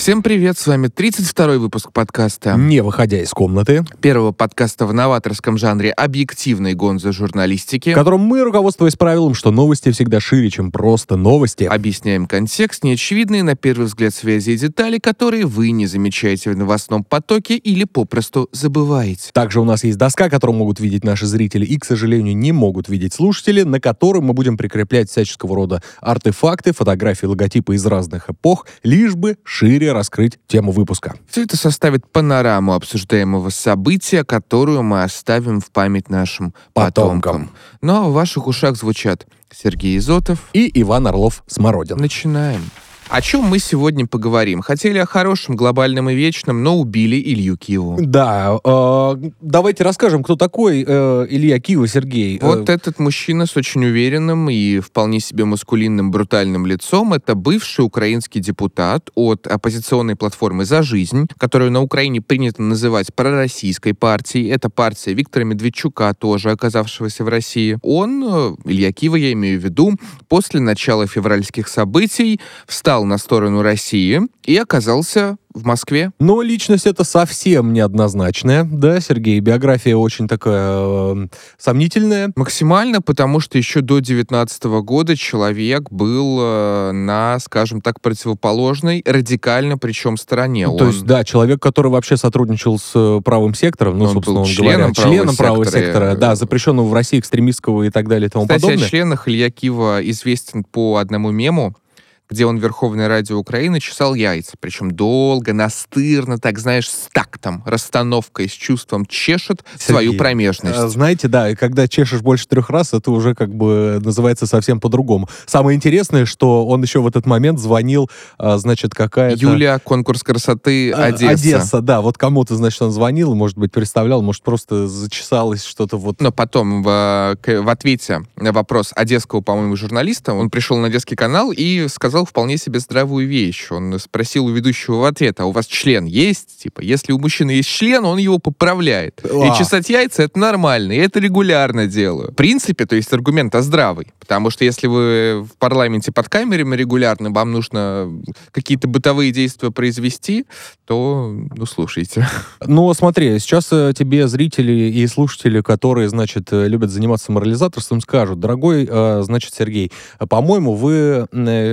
Всем привет, с вами 32-й выпуск подкаста. Не выходя из комнаты. Первого подкаста в новаторском жанре объективной гонзо-журналистики. В котором мы, руководствуясь правилом, что новости всегда шире, чем просто новости. Объясняем контекст, неочевидные на первый взгляд связи и детали, которые вы не замечаете в новостном потоке или попросту забываете. Также у нас есть доска, которую могут видеть наши зрители и, к сожалению, не могут видеть слушатели, на которой мы будем прикреплять всяческого рода артефакты, фотографии, логотипы из разных эпох, лишь бы шире раскрыть тему выпуска. Все это составит панораму обсуждаемого события, которую мы оставим в память нашим потомкам. Ну а в ваших ушах звучат Сергей Изотов и Иван Орлов-Смородин. Начинаем. О чем мы сегодня поговорим? Хотели о хорошем, глобальном и вечном, но убили Илью Киву. Да, давайте расскажем, кто такой Илья Кива, Сергей. Вот этот мужчина с очень уверенным и вполне себе маскулинным, брутальным лицом — это бывший украинский депутат от оппозиционной платформы «За жизнь», которую на Украине принято называть пророссийской партией. Это партия Виктора Медведчука, тоже оказавшегося в России. Он, Илья Кива, я имею в виду, после начала февральских событий встал на сторону России и оказался в Москве. Но личность эта совсем неоднозначная, да, Сергей? Биография очень такая сомнительная. Максимально, потому что еще до 2019 года человек был на, скажем так, противоположной, радикально причем стороне. То есть, да, человек, который вообще сотрудничал с правым сектором, ну, собственно, он говоря, членом правого сектора, да, запрещенного в России экстремистского и так далее и тому подобное. Кстати, о членах Илья Кива известен по одному мему, где он в Верховной Раде Украины чесал яйца. Причем долго, настырно, так, знаешь, с тактом, расстановкой, с чувством чешет свою промежность. Знаете, да, когда чешешь больше 3 раз, это уже как бы называется совсем по-другому. Самое интересное, что он еще в этот момент звонил, значит, какая-то... Юля, конкурс красоты, Одесса. Одесса, да, вот кому-то, значит, он звонил, может быть, представлял, может, просто зачесалось что-то вот... Но потом в ответе на вопрос одесского, по-моему, журналиста, он пришел на Одесский канал и сказал вполне себе здравую вещь. Он спросил у ведущего в ответ: а у вас член есть? Типа, если у мужчины есть член, он его поправляет. И чесать яйца — это нормально, и это регулярно делаю. В принципе, то есть аргумент здравый. Потому что если вы в парламенте под камерами регулярно, вам нужно какие-то бытовые действия произвести, то, ну, слушайте. Ну, смотри, сейчас тебе зрители и слушатели, которые, значит, любят заниматься морализаторством, скажут: дорогой, значит, Сергей, по-моему, вы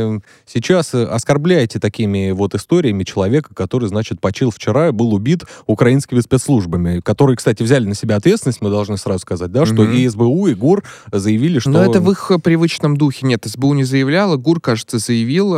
сейчас оскорбляете такими вот историями человека, который, значит, почил вчера и был убит украинскими спецслужбами, которые, кстати, взяли на себя ответственность, мы должны сразу сказать, да, что и СБУ, и ГУР заявили, что... Но это в их привычном духе. Нет, СБУ не заявляла, ГУР, кажется, заявил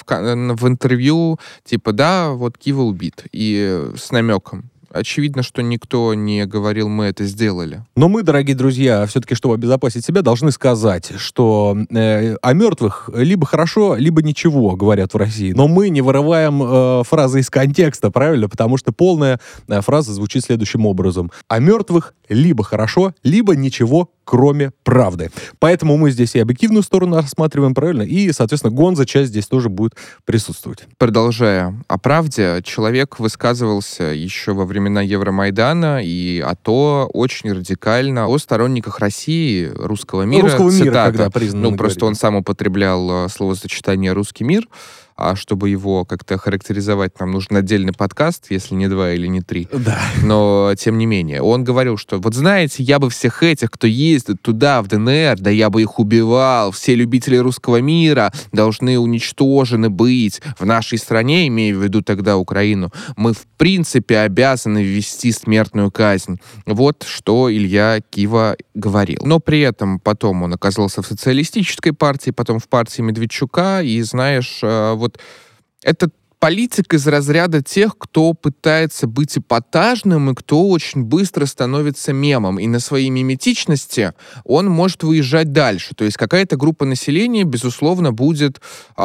в интервью, типа, да, вот Кива убит, и с намеком. Очевидно, что никто не говорил: мы это сделали. Но мы, дорогие друзья, все-таки, чтобы обезопасить себя, должны сказать, что о мертвых либо хорошо, либо ничего, говорят в России. Но мы не вырываем фразы из контекста, правильно? Потому что полная фраза звучит следующим образом: о мертвых либо хорошо, либо ничего, кроме правды. Поэтому мы здесь и объективную сторону рассматриваем, правильно? И, соответственно, гонза часть здесь тоже будет присутствовать. Продолжая о правде, человек высказывался еще во времена Евромайдана и АТО очень радикально о сторонниках России, русского мира. Русского мира, цитата. когда признано. Ну, просто он сам употреблял словосочетание «русский мир», а чтобы его как-то характеризовать, нам нужен отдельный подкаст, если не 2 или не 3. Да. Но, тем не менее, он говорил, что вот знаете, я бы всех этих, кто ездит туда, в ДНР, да я бы их убивал. Все любители русского мира должны уничтожены быть. В нашей стране, имея в виду тогда Украину, мы в принципе обязаны ввести смертную казнь. Вот что Илья Кива говорил. Но при этом потом он оказался в социалистической партии, потом в партии Медведчука, и, знаешь, вот это политик из разряда тех, кто пытается быть эпатажным и кто очень быстро становится мемом. И на своей миметичности он может выезжать дальше. То есть какая-то группа населения, безусловно, будет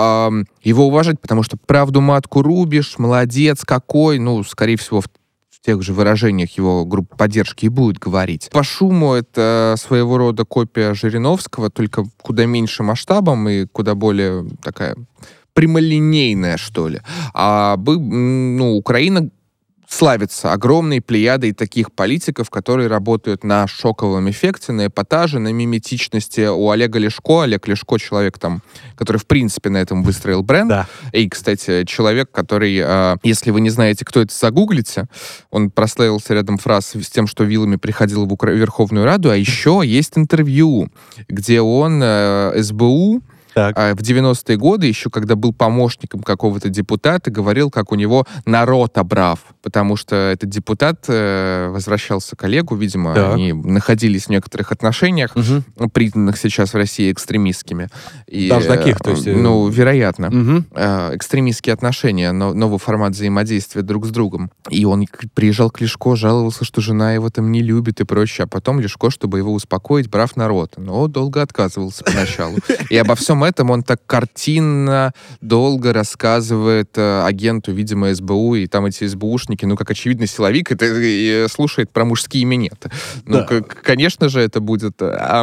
его уважать, потому что правду матку рубишь, молодец какой, ну, скорее всего, в тех же выражениях его группа поддержки и будет говорить. По шуму это своего рода копия Жириновского, только куда меньше масштабом и куда более такая прямолинейная, что ли. Украина славится огромной плеядой таких политиков, которые работают на шоковом эффекте, на эпатаже, на миметичности. У Олега Ляшко, Олег Ляшко человек там, который в принципе на этом выстроил бренд. Да. И, кстати, человек, который, если вы не знаете, кто это, загуглите, он прославился рядом фраз с тем, что вилами приходил в Верховную Раду, а еще есть интервью, где он СБУ Так. в 90-е годы, еще когда был помощником какого-то депутата, говорил, как у него народ обрав, потому что этот депутат возвращался к Олегу, видимо, Так. они находились в некоторых отношениях, признанных сейчас в России экстремистскими. И, Даже таких, то есть... Ну, вероятно. Мгм. Экстремистские отношения, новый формат взаимодействия друг с другом. И он приезжал к Ляшко, жаловался, что жена его там не любит и прочее, а потом Ляшко, чтобы его успокоить, брав народ. Но долго отказывался поначалу. И обо всем этом он так картинно, долго рассказывает агенту, видимо, СБУ, и там эти СБУшники, ну, как очевидно, силовик, это и слушает про мужские минеты. Ну, Да. конечно же, это будет...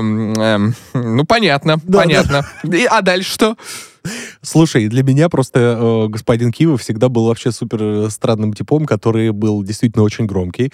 ну, понятно, Да, понятно. А дальше что? Слушай, для меня просто господин Кива всегда был вообще супер странным типом, который был действительно очень громкий,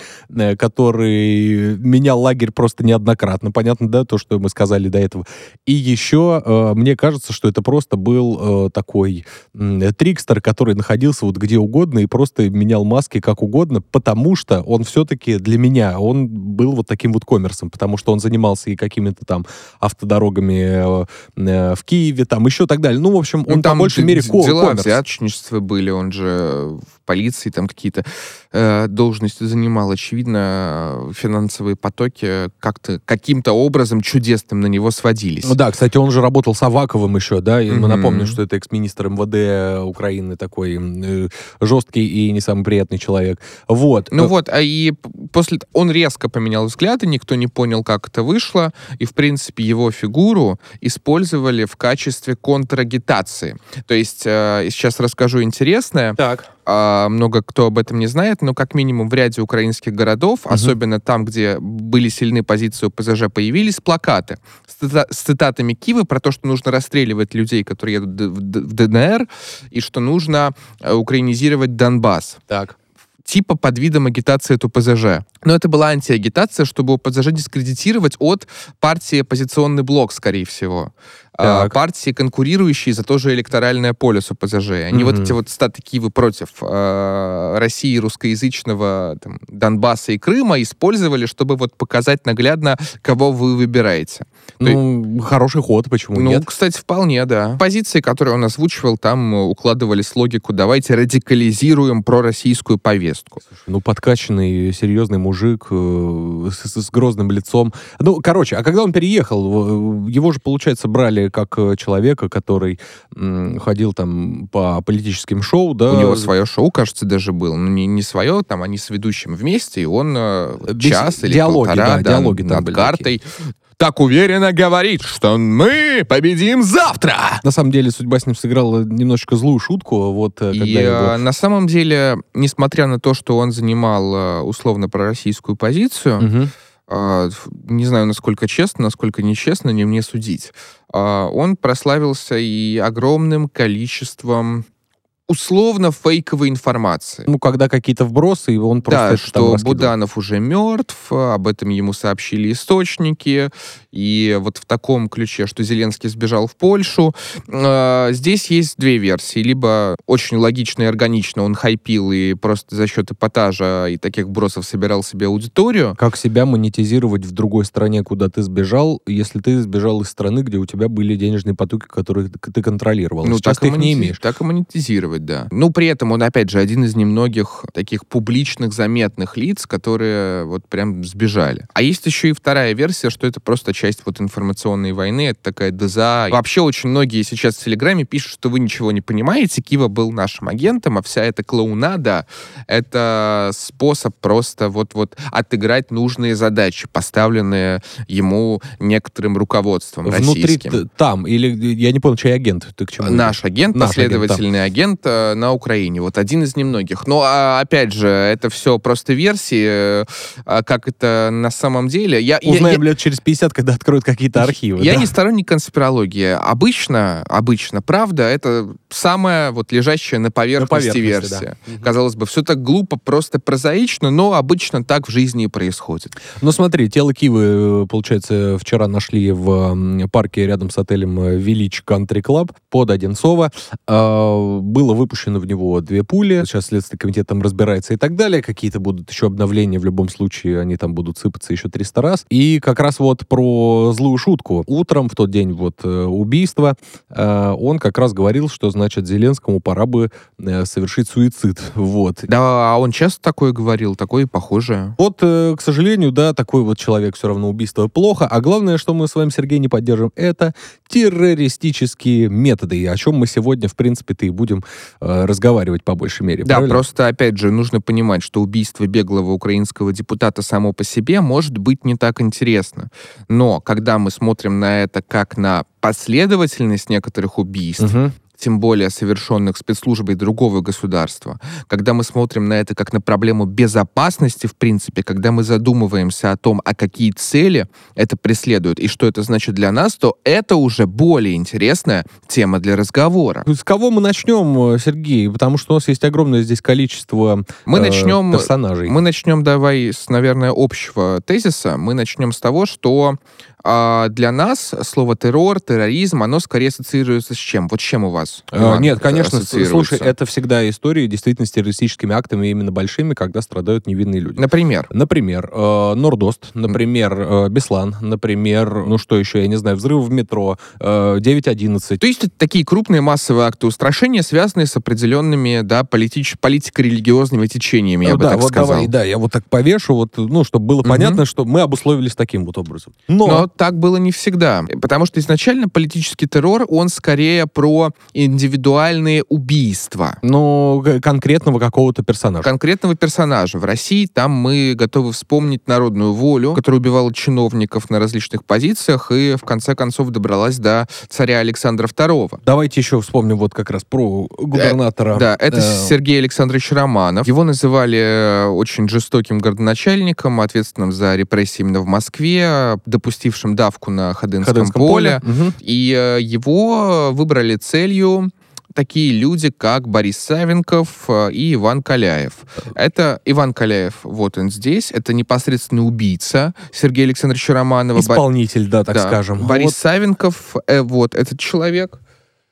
который менял лагерь просто неоднократно. Понятно, да, то, что мы сказали до этого. И еще мне кажется, что это просто был такой трикстер, который находился вот где угодно и просто менял маски как угодно, потому что он все-таки для меня, он был вот таким вот коммерсом, потому что он занимался и какими-то там автодорогами в Киеве, там еще так далее. Ну, в общем, он там по большей мере дела коммерс. взяточничества были, он же в полиции там какие-то должности занимал. Очевидно, финансовые потоки как-то каким-то образом чудесным на него сводились. Ну да, кстати, он же работал с Аваковым еще, да, и мы Мгм. напомним, что это экс-министр МВД Украины, такой жесткий и не самый приятный человек. Вот. Ну вот, и после он резко поменял взгляды, никто не понял, как это вышло, и, в принципе, его фигуру использовали в качестве контрагитации. То есть, сейчас расскажу интересное. Так. Много кто об этом не знает, но как минимум в ряде украинских городов, особенно там, где были сильны позиции ОПЗЖ, появились плакаты с цитатами Кивы про то, что нужно расстреливать людей, которые едут в ДНР, и что нужно украинизировать Донбасс. Так. Типа под видом агитации от ОПЗЖ. Но это была антиагитация, чтобы ОПЗЖ дискредитировать от партии «Оппозиционный блок», скорее всего. Так. Партии, конкурирующие за то же электоральное поле с ОПЗЖ. Они вот эти вот статы Киевы против России, русскоязычного там, Донбасса и Крыма использовали, чтобы вот показать наглядно, кого вы выбираете. Ну, хороший ход, почему Ну, нет? кстати, вполне, да. Позиции, которые он озвучивал, там укладывались в логику «давайте радикализируем пророссийскую повестку». Ну, подкачанный, серьезный мужик с грозным лицом. Ну, короче, а когда он переехал, его же, получается, брали как человека, который ходил там по политическим шоу, да? У него свое шоу, кажется, даже было. Ну, не свое, там они с ведущим вместе, и он час или диалоги, полтора да, диалоги там над были картой так уверенно говорит, что мы победим завтра. На самом деле, судьба с ним сыграла немножечко злую шутку. Вот, когда И его... на самом деле, несмотря на то, что он занимал условно пророссийскую позицию, Мгм. не знаю, насколько честно, насколько нечестно, не мне судить, он прославился и огромным количеством условно фейковой информации. Ну, когда какие-то вбросы, и он просто Да, это там что раскидывал. Буданов уже мертв, об этом ему сообщили источники, и вот в таком ключе, что Зеленский сбежал в Польшу. Здесь есть две версии. Либо очень логично и органично он хайпил и просто за счет эпатажа и таких бросов собирал себе аудиторию. Как себя монетизировать в другой стране, куда ты сбежал, если ты сбежал из страны, где у тебя были денежные потоки, которые ты контролировал. Ну, Сейчас так ты их не имеешь. Так и монетизировать, да. Ну, при этом он, опять же, один из немногих таких публичных, заметных лиц, которые вот прям сбежали. А есть еще и вторая версия, что это просто часть вот информационной войны, это такая ДЗА. Вообще очень многие сейчас в Телеграме пишут, что вы ничего не понимаете, Кива был нашим агентом, а вся эта клоунада — это способ просто вот отыграть нужные задачи, поставленные ему некоторым руководством Внутри российским. там, или я не понял, чей агент, ты к чему? Наш агент, Наш последовательный агент, на Украине. Вот один из немногих. Но, опять же, это все просто версии. Как это на самом деле... Узнаем лет через 50, когда откроют какие-то архивы. Я не сторонник конспирологии. Обычно, правда, это самая вот лежащая на поверхности версия. Да. Казалось бы, все так глупо, просто прозаично, но обычно так в жизни и происходит. Ну смотри, тело Кивы, получается, вчера нашли в парке рядом с отелем Village Country Club под Одинцово. Было выпущено в него 2 пули. Сейчас Следственный комитет там разбирается и так далее. Какие-то будут еще обновления. В любом случае, они там будут сыпаться еще 300 раз. И как раз вот про злую шутку. Утром, в тот день вот убийства, он как раз говорил, что, значит, Зеленскому пора бы совершить суицид. Вот. Да, а он часто такое говорил, такое похожее. Вот, к сожалению, да, такой вот человек все равно убийство плохо. А главное, что мы с вами, Сергей, не поддержим, это террористические методы, и о чем мы сегодня, в принципе-то, и будем разговаривать по большей мере. Да, правильно? Просто, опять же, нужно понимать, что убийство беглого украинского депутата само по себе может быть не так интересно. Но когда мы смотрим на это как на последовательность некоторых убийств, тем более совершенных спецслужбой другого государства, когда мы смотрим на это как на проблему безопасности, в принципе, когда мы задумываемся о том, а какие цели это преследует и что это значит для нас, то это уже более интересная тема для разговора. С кого мы начнем, Сергей? Потому что у нас есть огромное здесь количество персонажей. Мы начнем, давай, наверное, общего тезиса. Мы начнем с того, что для нас слово террор, терроризм, оно скорее ассоциируется с чем? Вот с чем у вас? Нет, конечно, слушай, это всегда истории действительно с террористическими актами, именно большими, когда страдают невинные люди. Например? Например, Нордост, например, Беслан, например, ну что еще, я не знаю, взрыв в метро, 9.11. То есть это такие крупные массовые акты устрашения, связанные с определенными, да, политико-религиозными течениями, я бы так сказал. Давай, да, я вот так повешу, вот, ну, чтобы было понятно, что мы обусловились таким вот образом. Но так было не всегда. Потому что изначально политический террор, он скорее про индивидуальные убийства. Ну, конкретного какого-то персонажа. Конкретного персонажа. В России там мы готовы вспомнить народную волю, которая убивала чиновников на различных позициях и, в конце концов, добралась до царя Александра II. Давайте еще вспомним вот как раз про губернатора. Да, это Сергей Александрович Романов. Его называли очень жестоким городоначальником, ответственным за репрессии именно в Москве, допустившим давку на Ходынском поле. И его выбрали целью такие люди, как Борис Савенков и Иван Каляев. Это Иван Каляев, вот он здесь, это непосредственный убийца Сергея Александровича Романова. Исполнитель, да, так скажем. Борис Савенков, вот этот человек.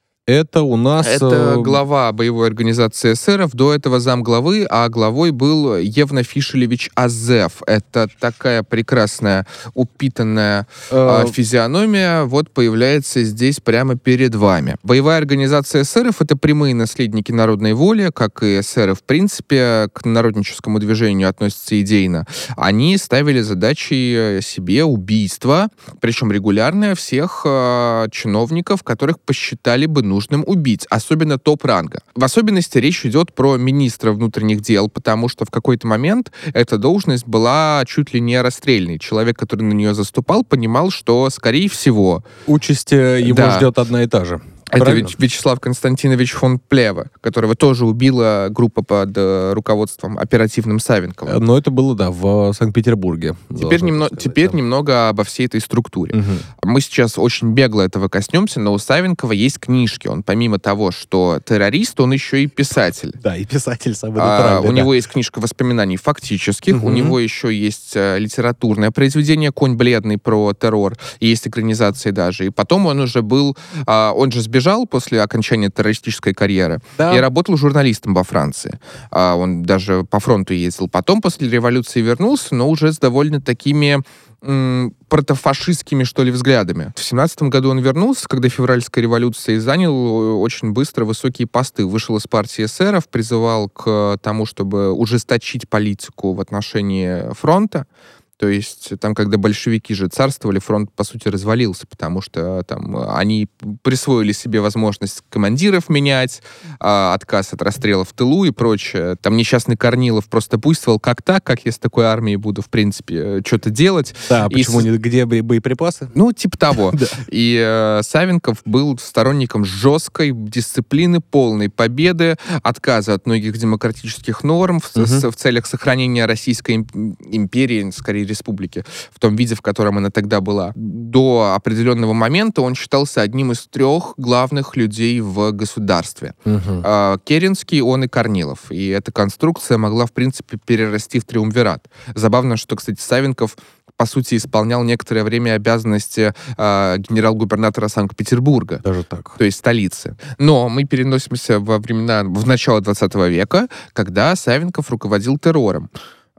Это у нас... Это глава боевой организации эсеров, до этого замглавы, а главой был Евна Фишелевич Азеф. Это такая прекрасная, упитанная физиономия, вот появляется здесь прямо перед вами. Боевая организация эсеров — это прямые наследники народной воли, как и эсеры в принципе, к народническому движению относятся идейно. Они ставили задачей себе убийство, причем регулярное, всех чиновников, которых посчитали бы нужным убить, особенно топ-ранга. В особенности речь идет про министра внутренних дел, потому что в какой-то момент эта должность была чуть ли не расстрельной. Человек, который на нее заступал, понимал, что, скорее всего... Участь его ждет одна и та же. Это Вячеслав Константинович фон Плева, которого тоже убила группа под руководством оперативным Савенковым. Но это было, да, в Санкт-Петербурге. Теперь немного обо всей этой структуре. Мы сейчас очень бегло этого коснемся, но у Савенкова есть книжки. Он помимо того, что террорист, он еще и писатель. Да, и писатель самый натуральный. У него есть книжка воспоминаний фактических, у него еще есть литературное произведение «Конь бледный» про террор, есть экранизации даже. И потом он уже был, он же сбежал после окончания террористической карьеры и работал журналистом во Франции. Он даже по фронту ездил. Потом после революции вернулся, но уже с довольно такими протофашистскими, что ли, взглядами. В 17 году он вернулся, когда февральская революция, и занял очень быстро высокие посты. Вышел из партии эсеров, призывал к тому, чтобы ужесточить политику в отношении фронта. То есть там, когда большевики же царствовали, фронт, по сути, развалился, потому что там они присвоили себе возможность командиров менять, отказ от расстрелов в тылу и прочее. Там несчастный Корнилов просто буйствовал как так, как я с такой армией буду, в принципе, что-то делать. Да, почему не где боеприпасы? Ну, типа того. И Савенков был сторонником жесткой дисциплины, полной победы, отказа от многих демократических норм в целях сохранения Российской империи, скорее, республики, в том виде, в котором она тогда была. До определенного момента он считался одним из 3 главных людей в государстве. Керенский, он и Корнилов. И эта конструкция могла, в принципе, перерасти в триумвират. Забавно, что, кстати, Савенков по сути, исполнял некоторое время обязанности генерал-губернатора Санкт-Петербурга. Даже так. То есть столицы. Но мы переносимся в начало 20 века, когда Савенков руководил террором.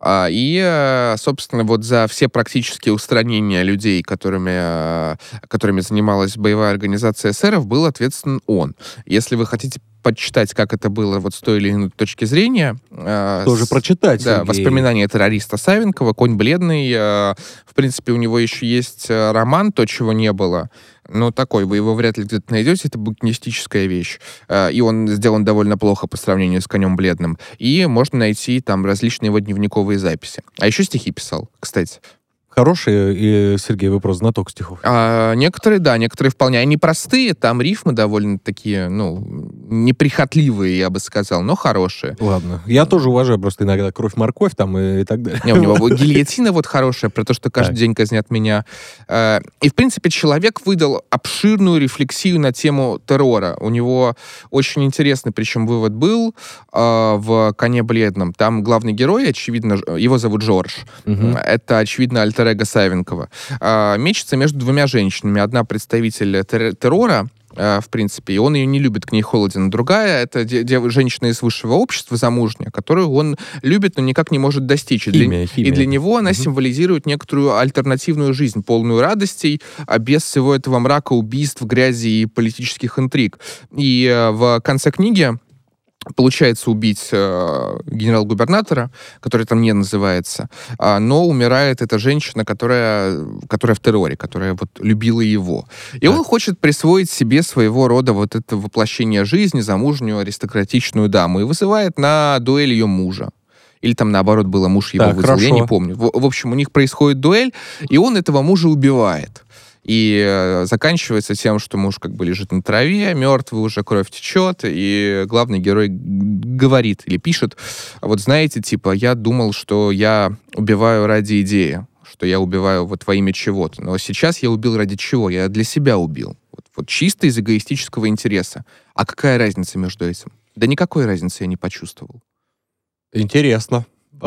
И, собственно, вот за все практические устранения людей, которыми занималась боевая организация эсеров, был ответственен он. Если вы хотите почитать, как это было вот с той или иной точки зрения... Тоже прочитать, Да, Сергей. воспоминания террориста Савенкова, «Конь бледный». В принципе, у него еще есть роман «То, чего не было». Ну, такой, вы его вряд ли где-то найдете, это букинистическая вещь. И он сделан довольно плохо по сравнению с «Конем бледным». И можно найти там различные его дневниковые записи. А еще стихи писал, кстати. Хорошие, Сергей, вы просто знаток стихов. Некоторые, да, некоторые вполне. Они простые, там рифмы довольно такие, неприхотливые, я бы сказал, но хорошие. Ладно. Я тоже уважаю просто иногда «Кровь-морковь» там и так далее. Не, у него гильотина вот хорошая, про то, что каждый день казнят меня. И, в принципе, человек выдал обширную рефлексию на тему террора. У него очень интересный, причем, вывод был в «Коне бледном». Там главный герой, очевидно, его зовут Жорж. Это, очевидно, альтер-эго Савенкова. Мечется между 2 женщинами. Одна представитель террора, в принципе, и он ее не любит, к ней холоден. Другая — это женщина из высшего общества, замужняя, которую он любит, но никак не может достичь. Химия. И для него она символизирует некоторую альтернативную жизнь, полную радостей, без всего этого мрака убийств, грязи и политических интриг. И в конце книги получается убить генерал-губернатора, который там не называется, но умирает эта женщина, которая в терроре, которая вот любила его. И он хочет присвоить себе своего рода вот это воплощение жизни, замужнюю аристократичную даму, и вызывает на дуэль ее мужа. Или там, наоборот, было, муж его вызвал, я не помню. В общем, у них происходит дуэль, и он этого мужа убивает. И заканчивается тем, что муж как бы лежит на траве, мертвый уже, кровь течет, и главный герой говорит или пишет: вот знаете, типа, я думал, что я убиваю ради идеи, что я убиваю вот во имя чего-то, но сейчас я убил ради чего? Я для себя убил. Вот чисто из эгоистического интереса. А какая разница между этим? Да никакой разницы я не почувствовал. Интересно.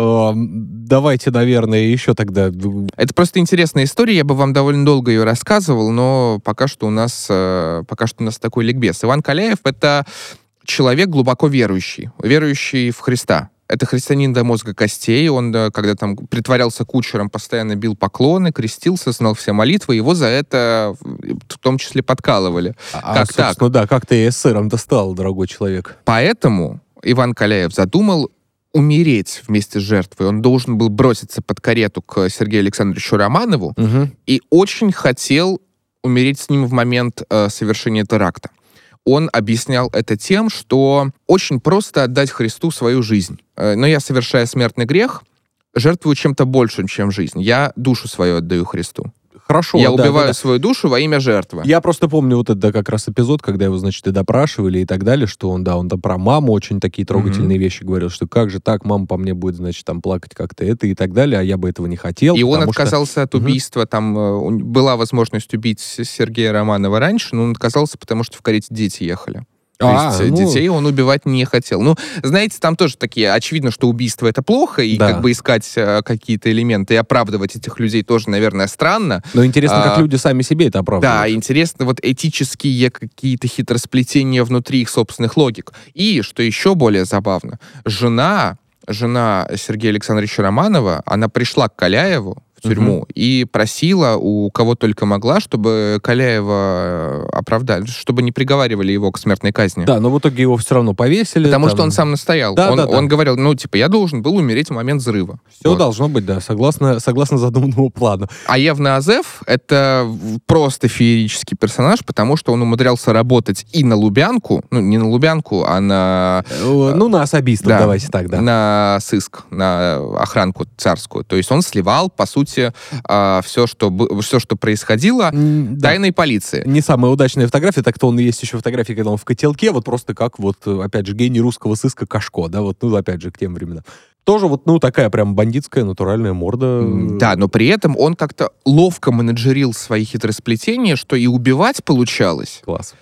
Давайте, наверное, еще тогда... Это просто интересная история, я бы вам довольно долго ее рассказывал, но пока что у нас такой ликбез. Иван Каляев — это человек глубоко верующий в Христа. Это христианин до мозга костей. Он, когда там притворялся кучером, постоянно бил поклоны, крестился, знал все молитвы. Его за это в том числе подкалывали. Как так? Да, как ты эсером-то стал, дорогой человек? Поэтому Иван Каляев задумал умереть вместе с жертвой. Он должен был броситься под карету к Сергею Александровичу Романову и очень хотел умереть с ним в момент совершения теракта. Он объяснял это тем, что очень просто отдать Христу свою жизнь. Но я, совершая смертный грех, жертвую чем-то большим, чем жизнь. Я душу свою отдаю Христу. Хорошо, я убиваю свою душу во имя жертвы. Я просто помню вот этот как раз эпизод, когда его, значит, и допрашивали и так далее, что он там про маму очень такие трогательные вещи говорил, что как же так, мама по мне будет, значит, там плакать как-то это и так далее, а я бы этого не хотел. И он отказался от убийства, там была возможность убить Сергея Романова раньше, но он отказался, потому что в карете дети ехали. То есть детей он убивать не хотел. Ну, знаете, там тоже такие, очевидно, что убийство — это плохо, и как бы искать какие-то элементы и оправдывать этих людей тоже, наверное, странно. Но интересно, как люди сами себе это оправдывают. Да, интересно вот этические какие-то хитросплетения внутри их собственных логик. И, что еще более забавно, жена Сергея Александровича Романова, она пришла к Каляеву тюрьму и просила у кого только могла, чтобы Каляева оправдали, чтобы не приговаривали его к смертной казни. Да, но в итоге его все равно повесили. Потому там... что он сам настоял. Да, он говорил, я должен был умереть в момент взрыва. Все должно быть, да, согласно задуманному плану. А Евна Азеф — это просто феерический персонаж, потому что он умудрялся работать и на Лубянку, не на Лубянку, а на... на особистов, да, давайте так, да. На сыск, на охранку царскую. То есть он сливал, по сути, все, что происходило, тайной полиции. Не самая удачная фотография, так-то он есть еще фотографии, когда он в котелке, вот просто как опять же, гений русского сыска Кашко, да, опять же, к тем временам. Тоже такая прям бандитская натуральная морда. Да, но при этом он как-то ловко менеджерил свои хитросплетения, что и убивать получалось. Класс.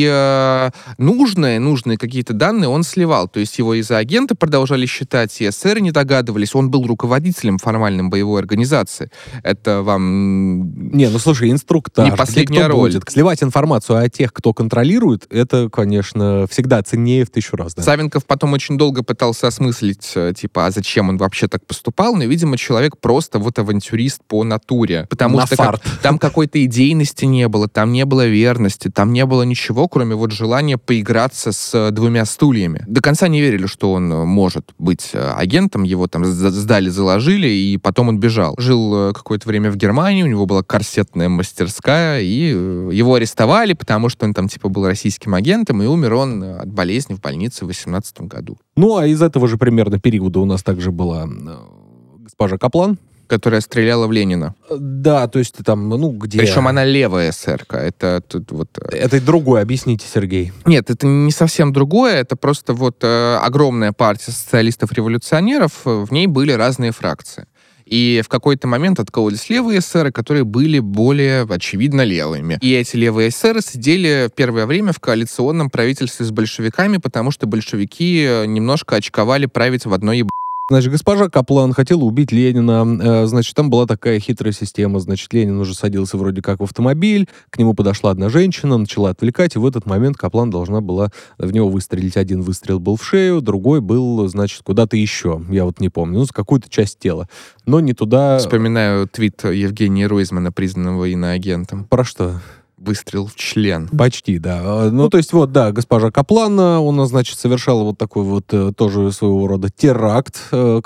И нужные какие-то данные он сливал. То есть его из-за агента продолжали считать, и эсеры не догадывались. Он был руководителем формальным боевой организации. Это вам... слушай, инструктаж. Не последняя роль. Будет. Сливать информацию о тех, кто контролирует, это, конечно, всегда ценнее в 1000 раз. Да? Савенков потом очень долго пытался осмыслить, а зачем он вообще так поступал, но, видимо, человек просто авантюрист по натуре. Потому что там какой-то идейности не было, там не было верности, там не было ничего, кроме желания поиграться с 2 стульями. До конца не верили, что он может быть агентом, его там сдали, заложили, и потом он бежал. Жил какое-то время в Германии, у него была корсетная мастерская, и его арестовали, потому что он там был российским агентом, и умер он от болезни в больнице в 18 году. А из этого же примерно периода у нас также была госпожа Каплан, которая стреляла в Ленина. Да, то есть там, где... Причем она левая эсерка. Это тут Это другое, объясните, Сергей. Нет, это не совсем другое, это просто огромная партия социалистов-революционеров, в ней были разные фракции. И в какой-то момент откололись левые эсеры, которые были более, очевидно, левыми. И эти левые эсеры сидели первое время в коалиционном правительстве с большевиками, потому что большевики немножко очковали править в одной Значит, госпожа Каплан хотела убить Ленина. Значит, там была такая хитрая система. Значит, Ленин уже садился вроде как в автомобиль, к нему подошла одна женщина, начала отвлекать, и в этот момент Каплан должна была в него выстрелить. Один выстрел был в шею, другой был, значит, куда-то еще. Я не помню. За какую-то часть тела. Но не туда... Вспоминаю твит Евгения Ройзмана, признанного иноагентом. Про что? Выстрел в член. Почти, да. То есть, госпожа Каплан, она, значит, совершала такой тоже своего рода теракт,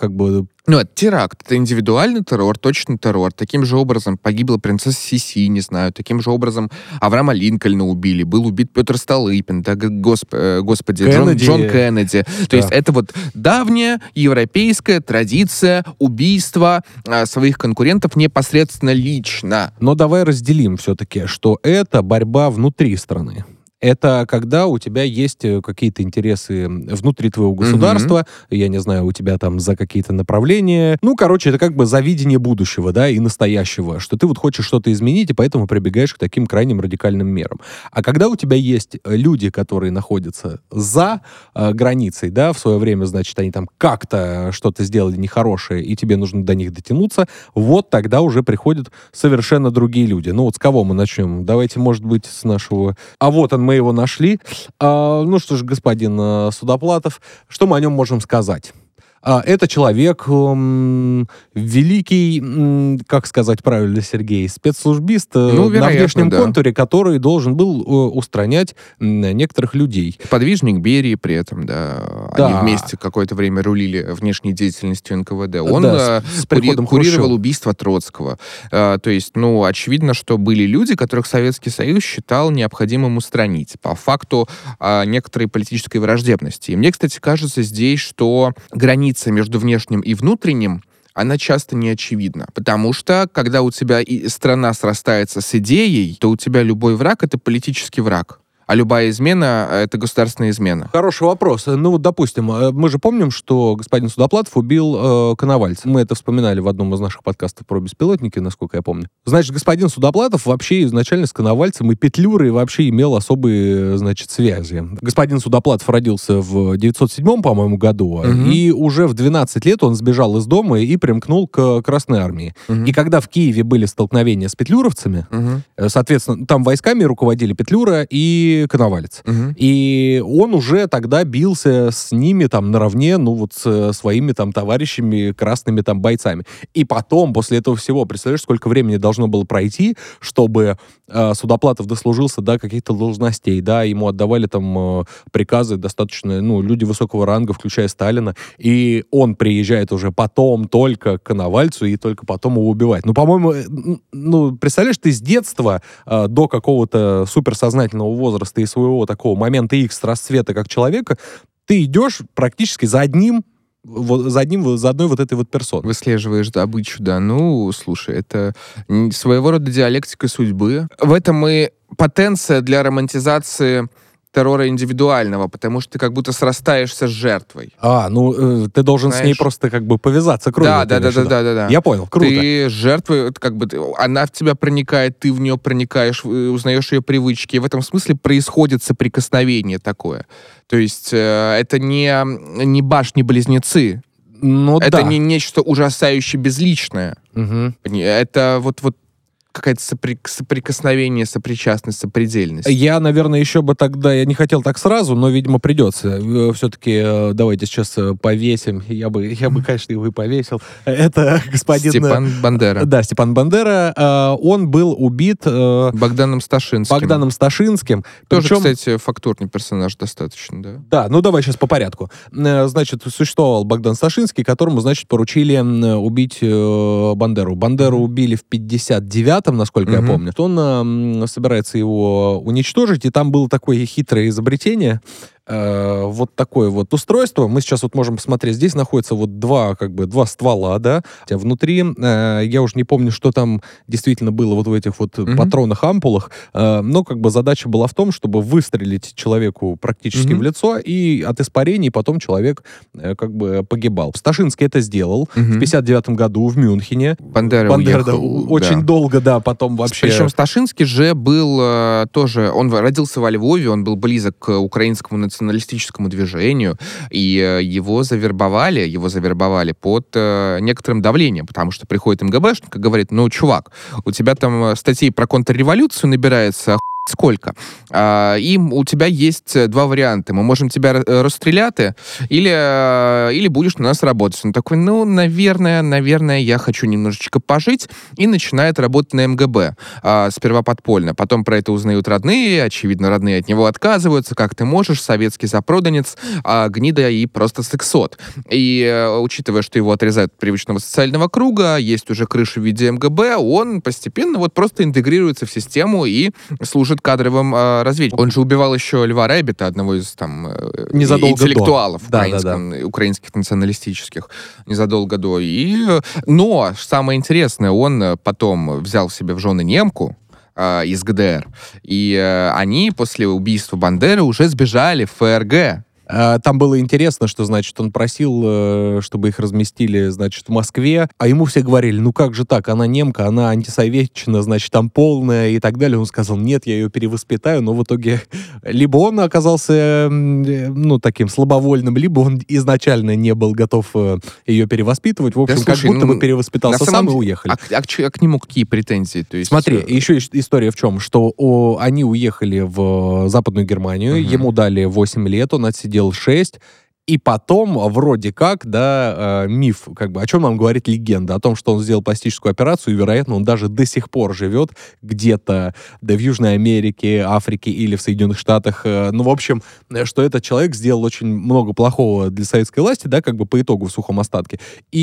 это теракт, это индивидуальный террор, точно террор. Таким же образом погибла принцесса Сиси, не знаю. Таким же образом Авраама Линкольна убили. Был убит Петр Столыпин, господи, Джон Кеннеди. То есть это давняя европейская традиция убийства своих конкурентов непосредственно лично. Но давай разделим все-таки, что это борьба внутри страны. Это когда у тебя есть какие-то интересы внутри твоего государства, я не знаю, у тебя там за какие-то направления. Это за видение будущего, да, и настоящего, что ты хочешь что-то изменить, и поэтому прибегаешь к таким крайним радикальным мерам. А когда у тебя есть люди, которые находятся за границей, да, в свое время, значит, они там как-то что-то сделали нехорошее, и тебе нужно до них дотянуться, тогда уже приходят совершенно другие люди. С кого мы начнем? Давайте, может быть, с нашего... Мы его нашли. Что ж, господин Судоплатов, что мы о нем можем сказать? Это человек великий, как сказать правильно, Сергей, спецслужбист на внешнем контуре, который должен был устранять некоторых людей. Подвижник Берии при этом, да. Они вместе какое-то время рулили внешней деятельностью НКВД. Он курировал убийство Троцкого. То есть, очевидно, что были люди, которых Советский Союз считал необходимым устранить по факту некоторой политической враждебности. И мне, кстати, кажется здесь, что граница между внешним и внутренним, она часто не очевидна. Потому что, когда у тебя страна срастается с идеей, то у тебя любой враг — это политический враг. А любая измена — это государственная измена. Хороший вопрос. Допустим, мы же помним, что господин Судоплатов убил Коновальца. Мы это вспоминали в одном из наших подкастов про беспилотники, насколько я помню. Значит, господин Судоплатов вообще изначально с Коновальцем и Петлюрой вообще имел особые, связи. Господин Судоплатов родился в 907, по-моему, году, и уже в 12 лет он сбежал из дома и примкнул к Красной армии. И когда в Киеве были столкновения с петлюровцами, соответственно, там войсками руководили Петлюра и и Коновалец. И он уже тогда бился с ними там наравне, ну вот с своими там товарищами, красными там бойцами. И потом, после этого всего, представляешь, сколько времени должно было пройти, чтобы Судоплатов дослужился до каких-то должностей, да, ему отдавали там приказы достаточно, ну, люди высокого ранга, включая Сталина, и он приезжает уже потом только к Коновальцу и только потом его убивает. Ну, по-моему, ну, представляешь, ты с детства до какого-то суперсознательного возраста и своего такого момента X расцвета как человека, ты идешь практически за одной вот этой вот персоной. Выслеживаешь добычу, да. Ну, слушай, это своего рода диалектика судьбы. В этом и потенция для романтизации террора индивидуального, потому что ты как будто срастаешься с жертвой. Ты должен с ней просто как бы повязаться кровью. Да. Я понял, круто. Ты жертва, как бы, она в тебя проникает, ты в нее проникаешь, узнаешь ее привычки, и в этом смысле происходит соприкосновение такое. То есть это не башни-близнецы, это не нечто ужасающе безличное. Это вот какое-то соприкосновение, сопричастность, сопредельность. Я, наверное, еще бы тогда... Я не хотел так сразу, но, видимо, придется. Все-таки давайте сейчас повесим. Я бы, конечно, его и повесил. Это господин... Степан Бандера. Да, Степан Бандера. Он был убит... Богданом Сташинским. Тоже, кстати, фактурный персонаж достаточно, да? Да, ну давай сейчас по порядку. Значит, существовал Богдан Сташинский, которому, значит, поручили убить Бандеру. Бандеру убили в 59-м, насколько я помню. Он собирается его уничтожить, и там было такое хитрое изобретение, вот такое вот устройство. Мы сейчас вот можем посмотреть. Здесь находятся вот два ствола, да. Внутри, я уже не помню, что там действительно было вот в этих вот патронах-ампулах, но как бы задача была в том, чтобы выстрелить человеку практически в лицо, и от испарений потом человек как бы погибал. Сташинский это сделал в 59-м году в Мюнхене. Бандера уехал, очень долго, да, потом вообще... Причем Сташинский же был тоже... Он родился во Львове, он был близок к украинскому националистическому движению, и его завербовали под некоторым давлением, потому что приходит МГБшник и говорит: ну, чувак, у тебя там статей про контрреволюцию набирается сколько? И у тебя есть два варианта. Мы можем тебя расстрелять, или будешь на нас работать. Он такой: ну, наверное, я хочу немножечко пожить, и начинает работать на МГБ. Сперва подпольно. Потом про это узнают родные. Очевидно, родные от него отказываются. Как ты можешь? Советский запроданец, гнида и просто сексот. И учитывая, что его отрезают от привычного социального круга, есть уже крыша в виде МГБ, он постепенно вот просто интегрируется в систему и служит кадровым разведчиком. Он же убивал еще Льва Райбета, одного из там интеллектуалов украинских националистических, незадолго до. Но самое интересное, он потом взял себе в жены немку из ГДР, и они после убийства Бандеры уже сбежали в ФРГ. Там было интересно, что, значит, он просил, чтобы их разместили, значит, в Москве, а ему все говорили: ну как же так, она немка, она антисоветчина, значит, там полная и так далее. Он сказал: нет, я ее перевоспитаю, но в итоге либо он оказался, ну, таким слабовольным, либо он изначально не был готов ее перевоспитывать. В общем, да, слушай, как будто бы перевоспитался сам и уехали. А к нему какие претензии? То есть... Смотри, еще история в чем, что они уехали в Западную Германию, ему дали 8 лет, он отсидел 6, и потом, вроде как, да, миф, как бы, о чем нам говорит легенда? О том, что он сделал пластическую операцию, и, вероятно, он даже до сих пор живет где-то, да, в Южной Америке, Африке или в Соединенных Штатах. Ну, в общем, что этот человек сделал очень много плохого для советской власти, да, как бы по итогу в сухом остатке.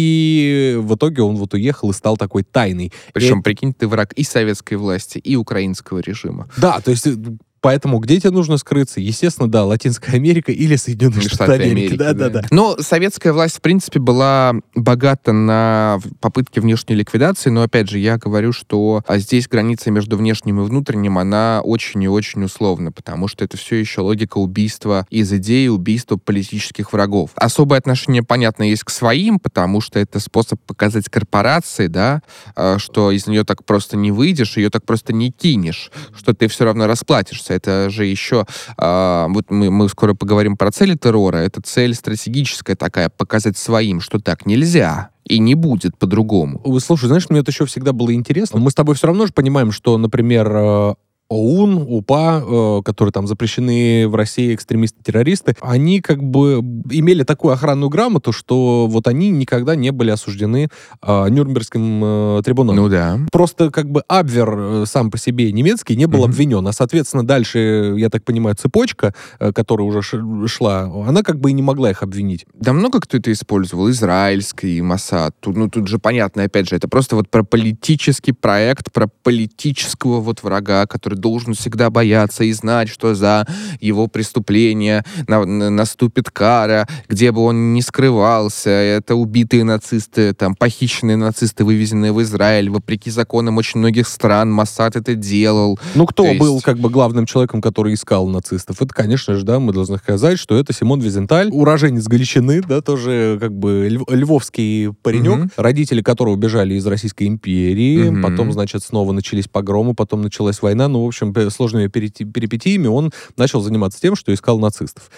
И в итоге он вот уехал и стал такой тайный. Причем, прикинь, ты враг и советской власти, и украинского режима. Да, то есть... Поэтому где тебе нужно скрыться? Естественно, да, Латинская Америка или Соединенные Штаты Америки. Да. Но советская власть, в принципе, была богата на попытки внешней ликвидации, но, опять же, я говорю, что здесь граница между внешним и внутренним, она очень и очень условна, потому что это все еще логика убийства из идеи, убийства политических врагов. Особое отношение, понятно, есть к своим, потому что это способ показать корпорации, да, что из нее так просто не выйдешь, ее так просто не кинешь, что ты все равно расплатишься. Это же еще... вот мы скоро поговорим про цели террора. Это цель стратегическая такая, показать своим, что так нельзя. И не будет по-другому. Слушай, знаешь, мне это еще всегда было интересно. Мы с тобой все равно же понимаем, что, например, ОУН, УПА, которые там запрещены в России экстремисты-террористы, они как бы имели такую охранную грамоту, что вот они никогда не были осуждены Нюрнбергским трибуналом. Ну да. Просто как бы Абвер сам по себе немецкий не был обвинен, а, соответственно, дальше, я так понимаю, цепочка, которая уже шла, она как бы и не могла их обвинить. Да много кто это использовал, израильский Моссад. Тут же понятно, опять же, это просто вот про политический проект, про политического вот врага, который должен всегда бояться и знать, что за его преступление наступит кара, где бы он ни скрывался. Это убитые нацисты, там, похищенные нацисты, вывезенные в Израиль. Вопреки законам очень многих стран Моссад это делал. Ну, кто был как бы главным человеком, который искал нацистов? Это, конечно же, да, мы должны сказать, что это Симон Визенталь, уроженец Галичины, да, тоже как бы львовский паренек, родители которого бежали из Российской империи, потом, значит, снова начались погромы, потом началась война, ну, в общем, сложными перипетиями он начал заниматься тем, что искал нацистов.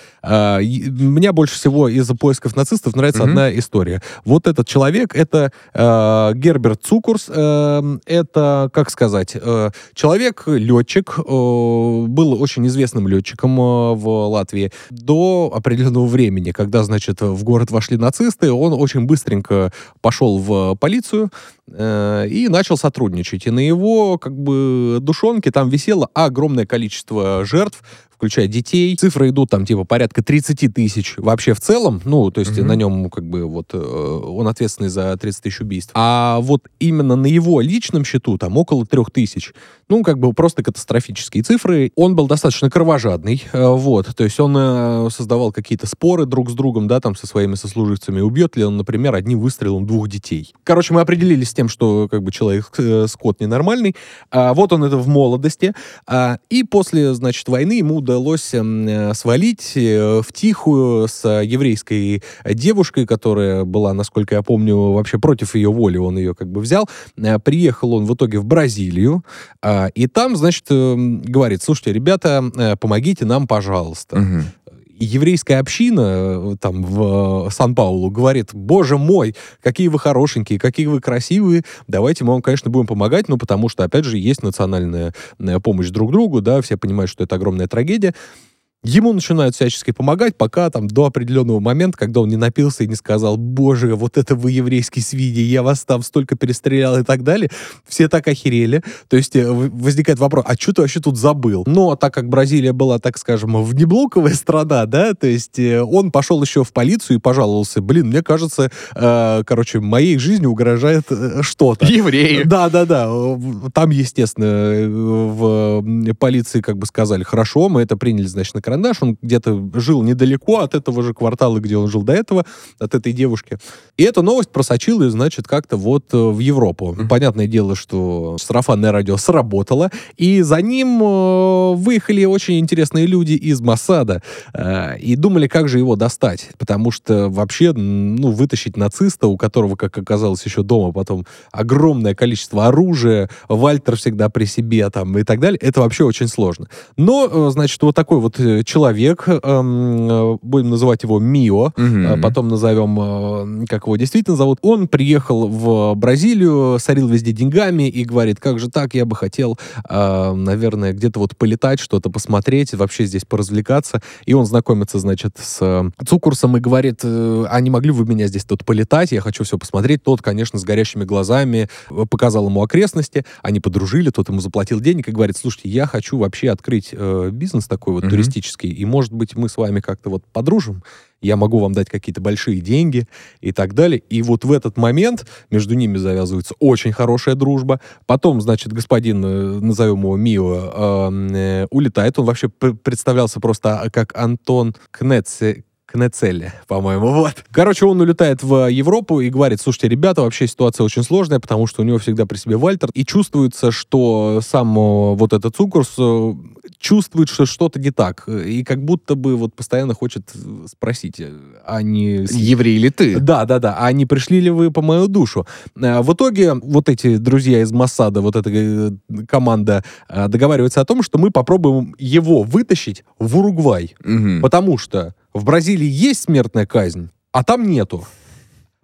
Мне больше всего из-за поисков нацистов нравится одна история. Вот этот человек, это Герберт Цукурс, это, как сказать, человек-летчик, был очень известным летчиком в Латвии до определенного времени, когда, значит, в город вошли нацисты, он очень быстренько пошел в полицию и начал сотрудничать. И на его, как бы, душонке там висело огромное количество жертв, включая детей. Цифры идут там типа порядка 30 тысяч вообще в целом. Ну, то есть на нем как бы вот он ответственный за 30 тысяч убийств. А вот именно на его личном счету там около 3000. Ну, как бы просто катастрофические цифры. Он был достаточно кровожадный. Вот. То есть он создавал какие-то споры друг с другом, да, там со своими сослуживцами. Убьет ли он, например, одним выстрелом 2 детей. Короче, мы определились с тем, что как бы человек скот ненормальный. Вот он это в молодости. И после, значит, войны ему удалось свалить в тихую с еврейской девушкой, которая была, насколько я помню, вообще против ее воли. Он ее как бы взял. Приехал он в итоге в Бразилию. И там, значит, говорит: слушайте, ребята, помогите нам, пожалуйста. И еврейская община там в Сан-Паулу говорит: боже мой, какие вы хорошенькие, какие вы красивые, давайте мы вам, конечно, будем помогать, ну, потому что, опять же, есть национальная помощь друг другу, да, все понимают, что это огромная трагедия. Ему начинают всячески помогать, пока там до определенного момента, когда он не напился и не сказал: боже, вот это вы еврейские свиньи, я вас там столько перестрелял и так далее. Все так охерели. То есть возникает вопрос: а что ты вообще тут забыл? Но так как Бразилия была, так скажем, внеблоковая страна, да, то есть он пошел еще в полицию и пожаловался: блин, мне кажется, короче, моей жизни угрожает что-то. Евреи. Да. Там, естественно, в полиции как бы сказали: хорошо, мы это приняли, значит, на карандаш. Он где-то жил недалеко от этого же квартала, где он жил до этого, от этой девушки. И эта новость просочилась, значит, как-то вот в Европу. Понятное дело, что сарафанное радио сработало, и за ним выехали очень интересные люди из Моссада и думали, как же его достать. Потому что вообще, ну, вытащить нациста, у которого, как оказалось, еще дома потом огромное количество оружия, Вальтер всегда при себе там и так далее, это вообще очень сложно. Но, значит, вот такой вот человек, будем называть его Мио, потом назовем, как его действительно зовут, он приехал в Бразилию, сорил везде деньгами и говорит: как же так, я бы хотел, наверное, где-то вот полетать, что-то посмотреть, вообще здесь поразвлекаться. И он знакомится, значит, с Цукурсом и говорит: а не могли бы вы меня здесь тут полетать, я хочу все посмотреть. Тот, конечно, с горящими глазами показал ему окрестности, они подружили, тот ему заплатил денег и говорит: слушайте, я хочу вообще открыть бизнес такой вот туристический, и, может быть, мы с вами как-то вот подружим, я могу вам дать какие-то большие деньги и так далее. И вот в этот момент между ними завязывается очень хорошая дружба. Потом, значит, господин, назовем его Мио, улетает. Он вообще представлялся просто как Антон Кнецелли, по-моему, вот. Короче, он улетает в Европу и говорит: слушайте, ребята, вообще ситуация очень сложная, потому что у него всегда при себе Вальтер, и чувствуется, что сам вот этот Цукурс чувствует, что что-то не так, и как будто бы вот постоянно хочет спросить, а не... Еврей ли ты? Да, а не пришли ли вы по мою душу? В итоге вот эти друзья из Моссада, вот эта команда договаривается о том, что мы попробуем его вытащить в Уругвай, потому что в Бразилии есть смертная казнь, а там нету.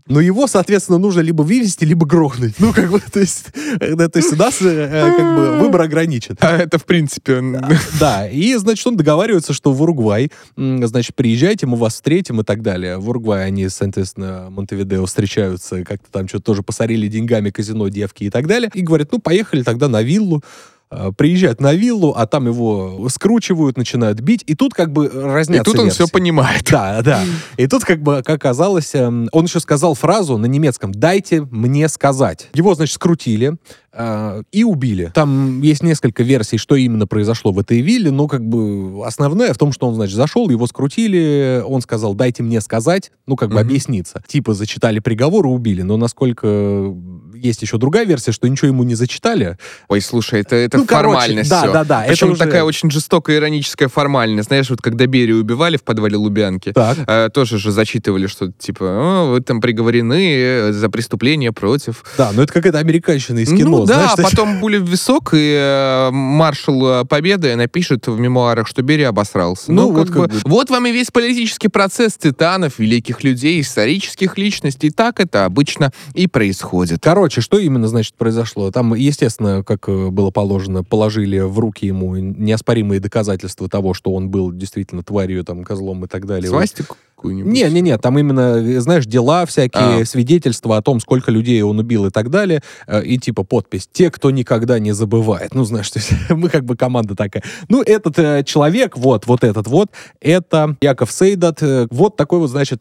но его, соответственно, нужно либо вывести, либо грохнуть. Ну, как бы, то есть у нас как бы выбор ограничен. А это, в принципе... Да, и, значит, он договаривается, что в Уругвай, значит, приезжайте, мы вас встретим и так далее. В Уругвае они, соответственно, Монтевидео встречаются, как-то там что-то тоже посорили деньгами, казино, девки и так далее. И говорят, ну, поехали тогда на виллу. Приезжают на виллу, а там его скручивают, начинают бить, и тут как бы разнятся И тут он версии. все понимает. Да, да. И тут как бы, как оказалось, он еще сказал фразу на немецком «дайте мне сказать». Его, значит, скрутили и убили. Там есть несколько версий, что именно произошло в этой вилле, но как бы основная в том, что он, значит, зашел, его скрутили, он сказал «дайте мне сказать», ну как бы объясниться. Типа зачитали приговор и убили, но насколько... Есть еще другая версия, что ничего ему не зачитали. Ой, слушай, это Ну, формальность короче, все. да. Причем это уже... такая очень жестокая, ироническая формальность. Знаешь, вот когда Берию убивали в подвале Лубянки, тоже же зачитывали, что типа, вы там приговорены за преступление против... Да, но это какая-то американщина из кино. Ну да, знаешь, потом пуля в висок, и маршал Победы напишет в мемуарах, что Берия обосрался. Ну, Ну, вот как бы, как бы. вот вам и весь политический процесс титанов, великих людей, исторических личностей. Так это обычно и происходит. Короче, что именно, значит, произошло? Там, естественно, как было положено, положили в руки ему неоспоримые доказательства того, что он был действительно тварью, там, козлом и так далее. Свастику какую-нибудь? Не, там именно, знаешь, дела всякие, свидетельства о том, сколько людей он убил и так далее, и типа подпись «Те, кто никогда не забывает». Ну, знаешь, то есть, мы как бы команда такая. Ну, этот человек, вот этот вот, это Яков Сейдат, вот такой вот, значит,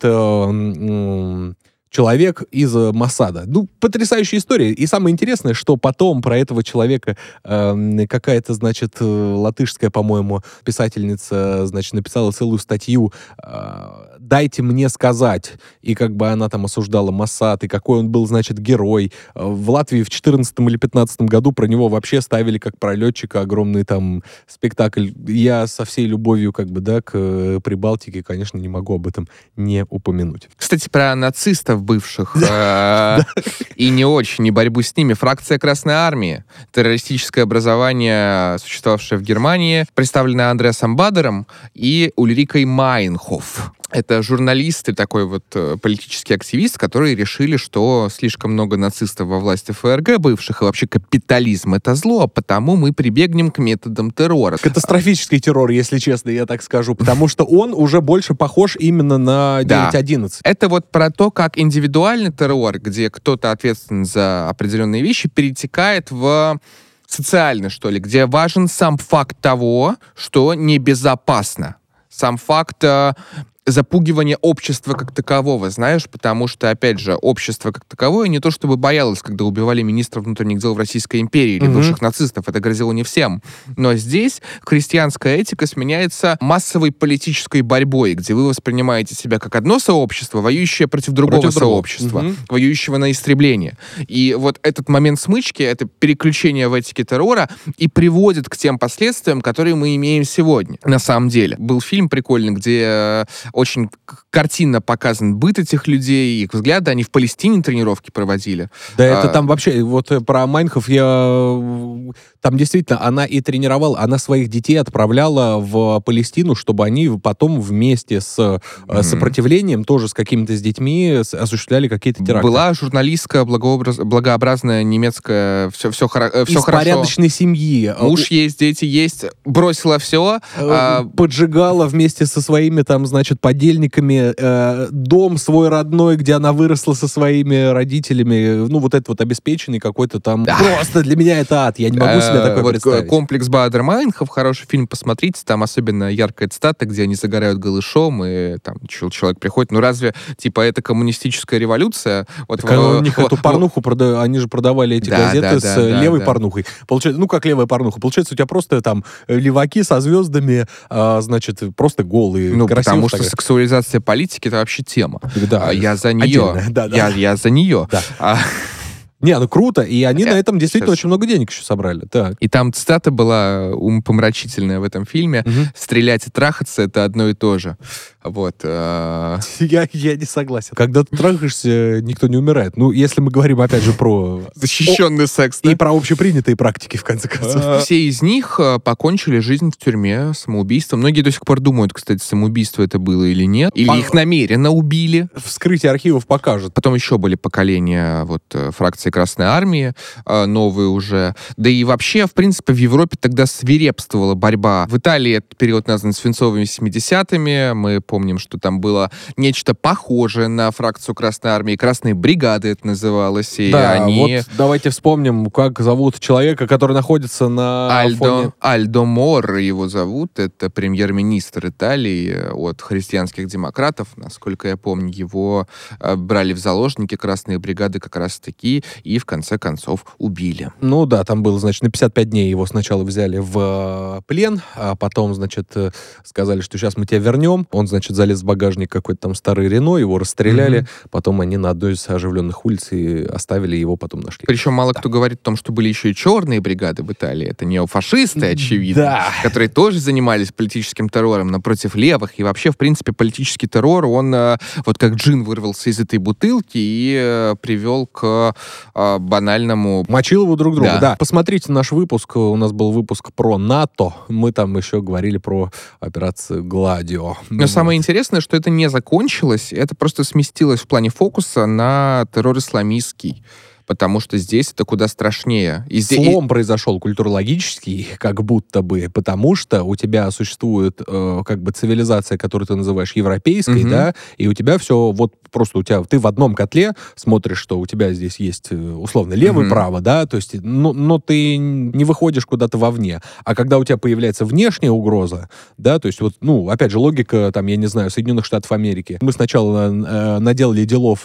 человек из Моссада. Ну, потрясающая история. И самое интересное, что потом про этого человека какая-то, значит, латышская, по-моему, писательница, значит, написала целую статью «Дайте мне сказать». И как бы она там осуждала Моссад, и какой он был, значит, герой. В Латвии в 2014 или 2015 году про него вообще ставили как про летчика огромный там спектакль. Я со всей любовью, как бы, да, к Прибалтике, конечно, не могу об этом не упомянуть. Кстати, про нацистов бывших и не очень, и борьбу с ними. Фракция Красной Армии, террористическое образование, существовавшее в Германии, представленное Андреасом Бадером и Ульрикой Майнхоф. Это журналисты, такой вот политический активист, которые решили, что слишком много нацистов во власти ФРГ бывших, и вообще капитализм — это зло, а потому мы прибегнем к методам террора. Катастрофический террор, если честно, я так скажу, потому что он уже больше похож именно на 9.11. Это вот про то, как индивидуальный террор, где кто-то ответственен за определенные вещи, перетекает в социальный, что ли, где важен сам факт того, что небезопасно. Сам факт запугивание общества как такового, знаешь, потому что, опять же, общество как таковое не то чтобы боялось, когда убивали министра внутренних дел в Российской империи или бывших нацистов, это грозило не всем. Но здесь христианская этика сменяется массовой политической борьбой, где вы воспринимаете себя как одно сообщество, воюющее против другого сообщества, воюющего на истребление. И вот этот момент смычки, это переключение в этике террора и приводит к тем последствиям, которые мы имеем сегодня. На самом деле. Был фильм прикольный, где очень картинно показан быт этих людей, их взгляды. Они в Палестине тренировки проводили. Да, это там вообще, вот про Майнхоф там действительно, она и тренировала, она своих детей отправляла в Палестину, чтобы они потом вместе с сопротивлением, тоже с какими-то с детьми, осуществляли какие-то теракты. Была журналистка благообразная немецкая, все хорошо. Из порядочной семьи. Муж есть, дети есть, бросила все. Поджигала вместе со своими, там, значит, подельниками дом свой родной, где она выросла со своими родителями. Ну, вот этот вот обеспеченный какой-то там... Просто для меня это ад. Я не могу себе такое вот представить. Комплекс Баадер-Майнхоф, хороший фильм, посмотрите. Там особенно яркая цитата, где они загорают голышом, и там человек приходит. Ну, разве, типа, это коммунистическая революция? Вот, у них эту порнуху продавали, они же продавали эти газеты с левой порнухой. Получается, ну, как левая порнуха? Получается, у тебя просто там леваки со звездами, значит, просто голые. Ну, потому что сексуализация политики — это вообще тема. Да, я за нее. Я за нее. Да. Не, ну круто, и они на этом действительно очень много денег еще собрали. Так. И там цитата была умопомрачительная в этом фильме. «Стрелять и трахаться — это одно и то же». Вот. Я не согласен. Когда ты трахаешься, никто не умирает. Ну, если мы говорим, опять же, про... Защищенный секс, И про общепринятые практики, в конце концов. Все из них покончили жизнь в тюрьме самоубийством. Многие до сих пор думают, кстати, самоубийство это было или нет. Или их намеренно убили. Вскрытие архивов покажет. Потом еще были поколения вот фракции Красной Армии, новые уже. Да и вообще, в принципе, в Европе тогда свирепствовала борьба. В Италии этот период назван свинцовыми 70-ми. Мы помним, что там было нечто похожее на фракцию Красной Армии. Красные бригады это называлось. И Да, они... вот давайте вспомним, как зовут человека, который находится на фоне... Альдо Морро его зовут. Это премьер-министр Италии от христианских демократов. Насколько я помню, его брали в заложники красные бригады как раз-таки и в конце концов убили. Ну да, там было, значит, на 55 дней его сначала взяли в плен, а потом, значит, сказали, что сейчас мы тебя вернем. Он, значит, залез в багажник какой-то там старый Рено, его расстреляли. Потом они на одной из оживленных улиц и оставили, его потом нашли. Причем мало кто говорит о том, что были еще и черные бригады в Италии. Это неофашисты, очевидно, которые тоже занимались политическим террором, но против левых. И вообще, в принципе, политический террор, он вот как джин вырвался из этой бутылки и привел к банальному... Мочил его друг друга, да. Посмотрите наш выпуск. У нас был выпуск про НАТО. Мы там еще говорили про операцию «Гладио». Но самое интересное, что это не закончилось, это просто сместилось в плане фокуса на террор исламистский. Потому что здесь это куда страшнее. И слом произошел культурологический, как будто бы, потому что у тебя существует как бы цивилизация, которую ты называешь европейской, да, и у тебя все вот просто ты в одном котле смотришь, что у тебя здесь есть условно левое право, да, то есть, но ты не выходишь куда-то вовне. А когда у тебя появляется внешняя угроза, да, то есть вот, ну, опять же, логика, там, я не знаю, Соединенных Штатов Америки. Мы сначала наделали делов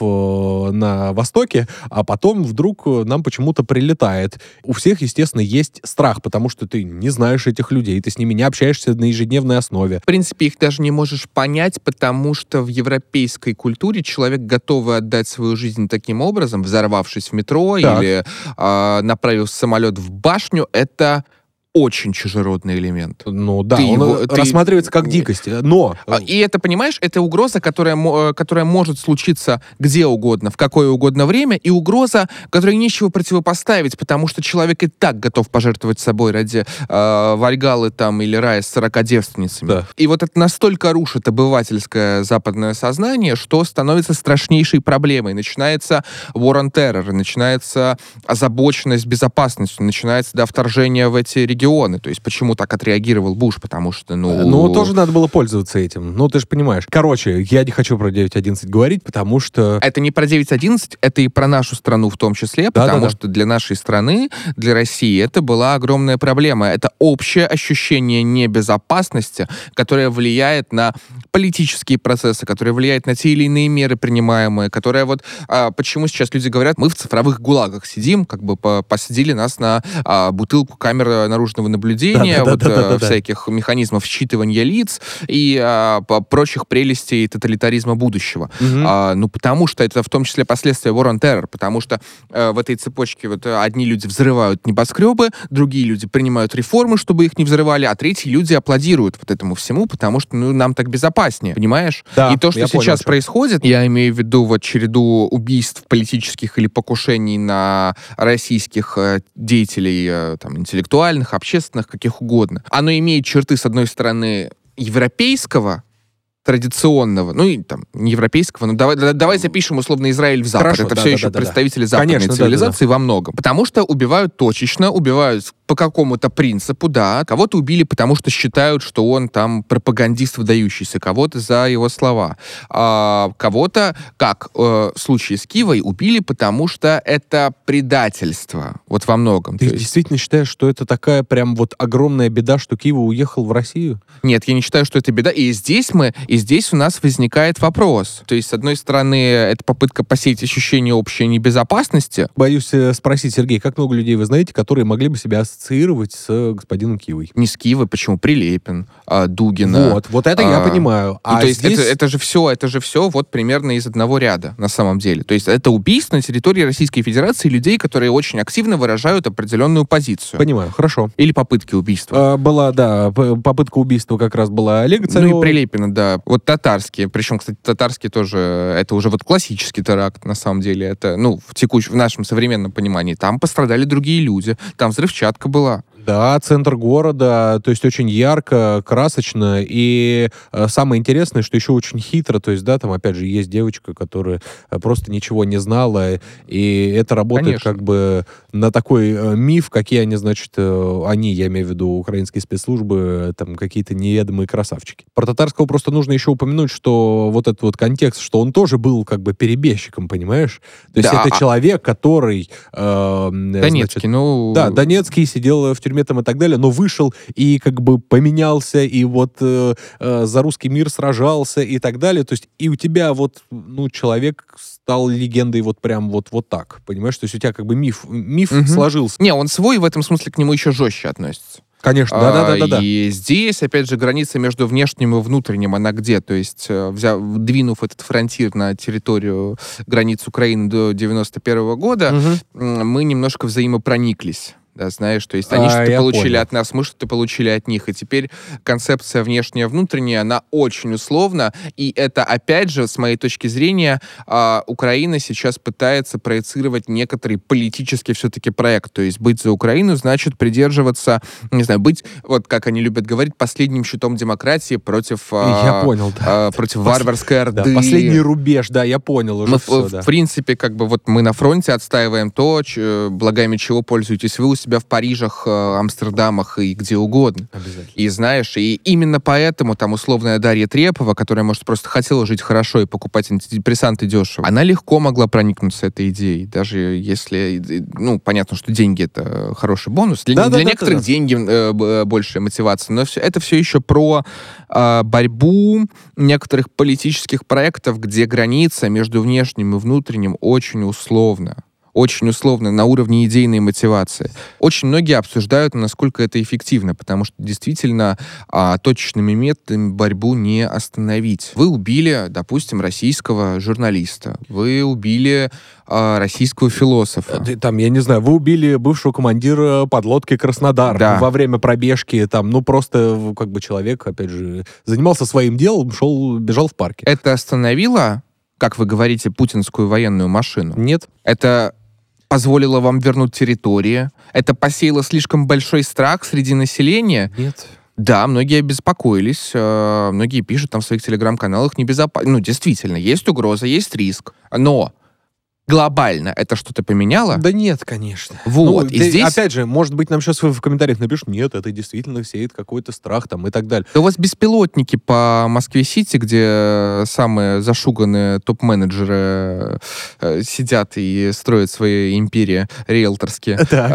на Востоке, а потом вдруг нам почему-то прилетает. У всех, естественно, есть страх, потому что ты не знаешь этих людей, ты с ними не общаешься на ежедневной основе. В принципе, их даже не можешь понять, потому что в европейской культуре человек, готовый отдать свою жизнь таким образом, взорвавшись в метро или направив самолет в башню, это очень чужеродный элемент. Ну да, он рассматривается как дикость, но... И это, понимаешь, это угроза, которая может случиться где угодно, в какое угодно время, и угроза, которой нечего противопоставить, потому что человек и так готов пожертвовать собой ради Вальгаллы там или рая с 40 девственницами. Да. И вот это настолько рушит обывательское западное сознание, что становится страшнейшей проблемой. Начинается war on terror, начинается озабоченность безопасностью, начинается вторжение в эти регионы. То есть почему так отреагировал Буш? Потому что, Ну, тоже надо было пользоваться этим. Ну, ты же понимаешь. Короче, я не хочу про 9.11 говорить, потому что... Это не про 9.11, это и про нашу страну в том числе, потому что для нашей страны, для России, это была огромная проблема. Это общее ощущение небезопасности, которое влияет на политические процессы, которое влияет на те или иные меры принимаемые, которое вот... почему сейчас люди говорят, мы в цифровых гулагах сидим, как бы посадили нас на бутылку камер наружного наблюдения, всяких механизмов считывания лиц и прочих прелестей тоталитаризма будущего. Ну, потому что это в том числе последствия war on terror, потому что в этой цепочке вот одни люди взрывают небоскребы, другие люди принимают реформы, чтобы их не взрывали, а третьи люди аплодируют вот этому всему, потому что, нам так безопаснее, понимаешь? Да, и то, что сейчас происходит, я имею в виду вот череду убийств политических или покушений на российских деятелей, там, интеллектуальных, общественных, каких угодно. Оно имеет черты, с одной стороны, европейского, традиционного, ну и там не европейского, но давай запишем условно Израиль в Запад. Хорошо, это все еще представители западной цивилизации во многом. Потому что убивают точечно, убивают по какому-то принципу, да. Кого-то убили, потому что считают, что он там пропагандист выдающийся, кого-то за его слова. Кого-то, как в случае с Кивой, убили, потому что это предательство. Вот во многом. Ты действительно считаешь, что это такая прям вот огромная беда, что Кива уехал в Россию? Нет, я не считаю, что это беда. И здесь у нас возникает вопрос. То есть, с одной стороны, это попытка посеять ощущение общей небезопасности. Боюсь спросить, Сергей, как много людей вы знаете, которые могли бы себя ассоциировать с господином Кивой? Не с Кивой, почему? Прилепин, Дугина. Вот это я понимаю. То есть это же все вот примерно из одного ряда, на самом деле. То есть это убийство на территории Российской Федерации людей, которые очень активно выражают определенную позицию. Понимаю, хорошо. Или попытки убийства. Была, да, попытка убийства как раз была Олега Царева. Ну и Прилепина, да, Вот татарские, причем, кстати, татарские тоже, это уже вот классический теракт, на самом деле, это, ну, в нашем современном понимании, там пострадали другие люди, там взрывчатка была. Да, центр города, то есть очень ярко, красочно, и самое интересное, что еще очень хитро, то есть, да, там, опять же, есть девочка, которая просто ничего не знала, и это работает как бы на такой миф, какие они, значит, я имею в виду украинские спецслужбы, там, какие-то неведомые красавчики. Про татарского просто нужно еще упомянуть, что вот этот вот контекст, что он тоже был как бы перебежчиком, понимаешь? То есть это человек, который... Донецкий, значит, Да, Донецкий, сидел в тюрьме там и так далее, но вышел и как бы поменялся, и вот за русский мир сражался и так далее. То есть и у тебя вот, ну, человек стал легендой вот прям вот так, понимаешь? То есть у тебя как бы миф сложился. Не, он свой, в этом смысле к нему еще жестче относится. Конечно, да. И здесь, опять же, граница между внешним и внутренним, она где? То есть, двинув этот фронтир на территорию границ Украины до 91 года, мы немножко взаимопрониклись. Да, знаешь, то есть они что-то получили от нас, мы что-то получили от них. И теперь концепция внешняя-внутренняя, она очень условна. И это, опять же, с моей точки зрения, Украина сейчас пытается проецировать некоторый политический все-таки проект. То есть быть за Украину значит придерживаться, не знаю, быть, вот как они любят говорить, последним щитом демократии против, я понял, против варварской орды. Да, последний рубеж, да, я понял уже все, в принципе, как бы вот мы на фронте отстаиваем то, благами чего пользуетесь вы у себя в Парижах, Амстердамах и где угодно. И знаешь, и именно поэтому там условная Дарья Трепова, которая, может, просто хотела жить хорошо и покупать антидепрессанты дешево, она легко могла проникнуться этой идеей, даже если, ну, понятно, что деньги — это хороший бонус. Для некоторых деньги большая мотивация, но это все еще про борьбу некоторых политических проектов, где граница между внешним и внутренним очень условна. Очень условно, на уровне идейной мотивации. Очень многие обсуждают, насколько это эффективно, потому что действительно точечными методами борьбу не остановить. Вы убили, допустим, российского журналиста, вы убили российского философа. Там, я не знаю, вы убили бывшего командира подлодки «Краснодар» во время пробежки, там, ну, просто, как бы, человек, опять же, занимался своим делом, бежал в парке. Это остановило, как вы говорите, путинскую военную машину? Нет. Это позволило вам вернуть территории? Это посеяло слишком большой страх среди населения? Нет. Да, многие обеспокоились, многие пишут там в своих телеграм-каналах небезопасно. Ну, действительно, есть угроза, есть риск, но глобально это что-то поменяло? Да нет, конечно. Вот, и здесь... Опять же, может быть, нам сейчас в комментариях напишут, нет, это действительно сеет какой-то страх там и так далее. Да у вас беспилотники по Москве-Сити, где самые зашуганные топ-менеджеры сидят и строят свои империи риэлторские,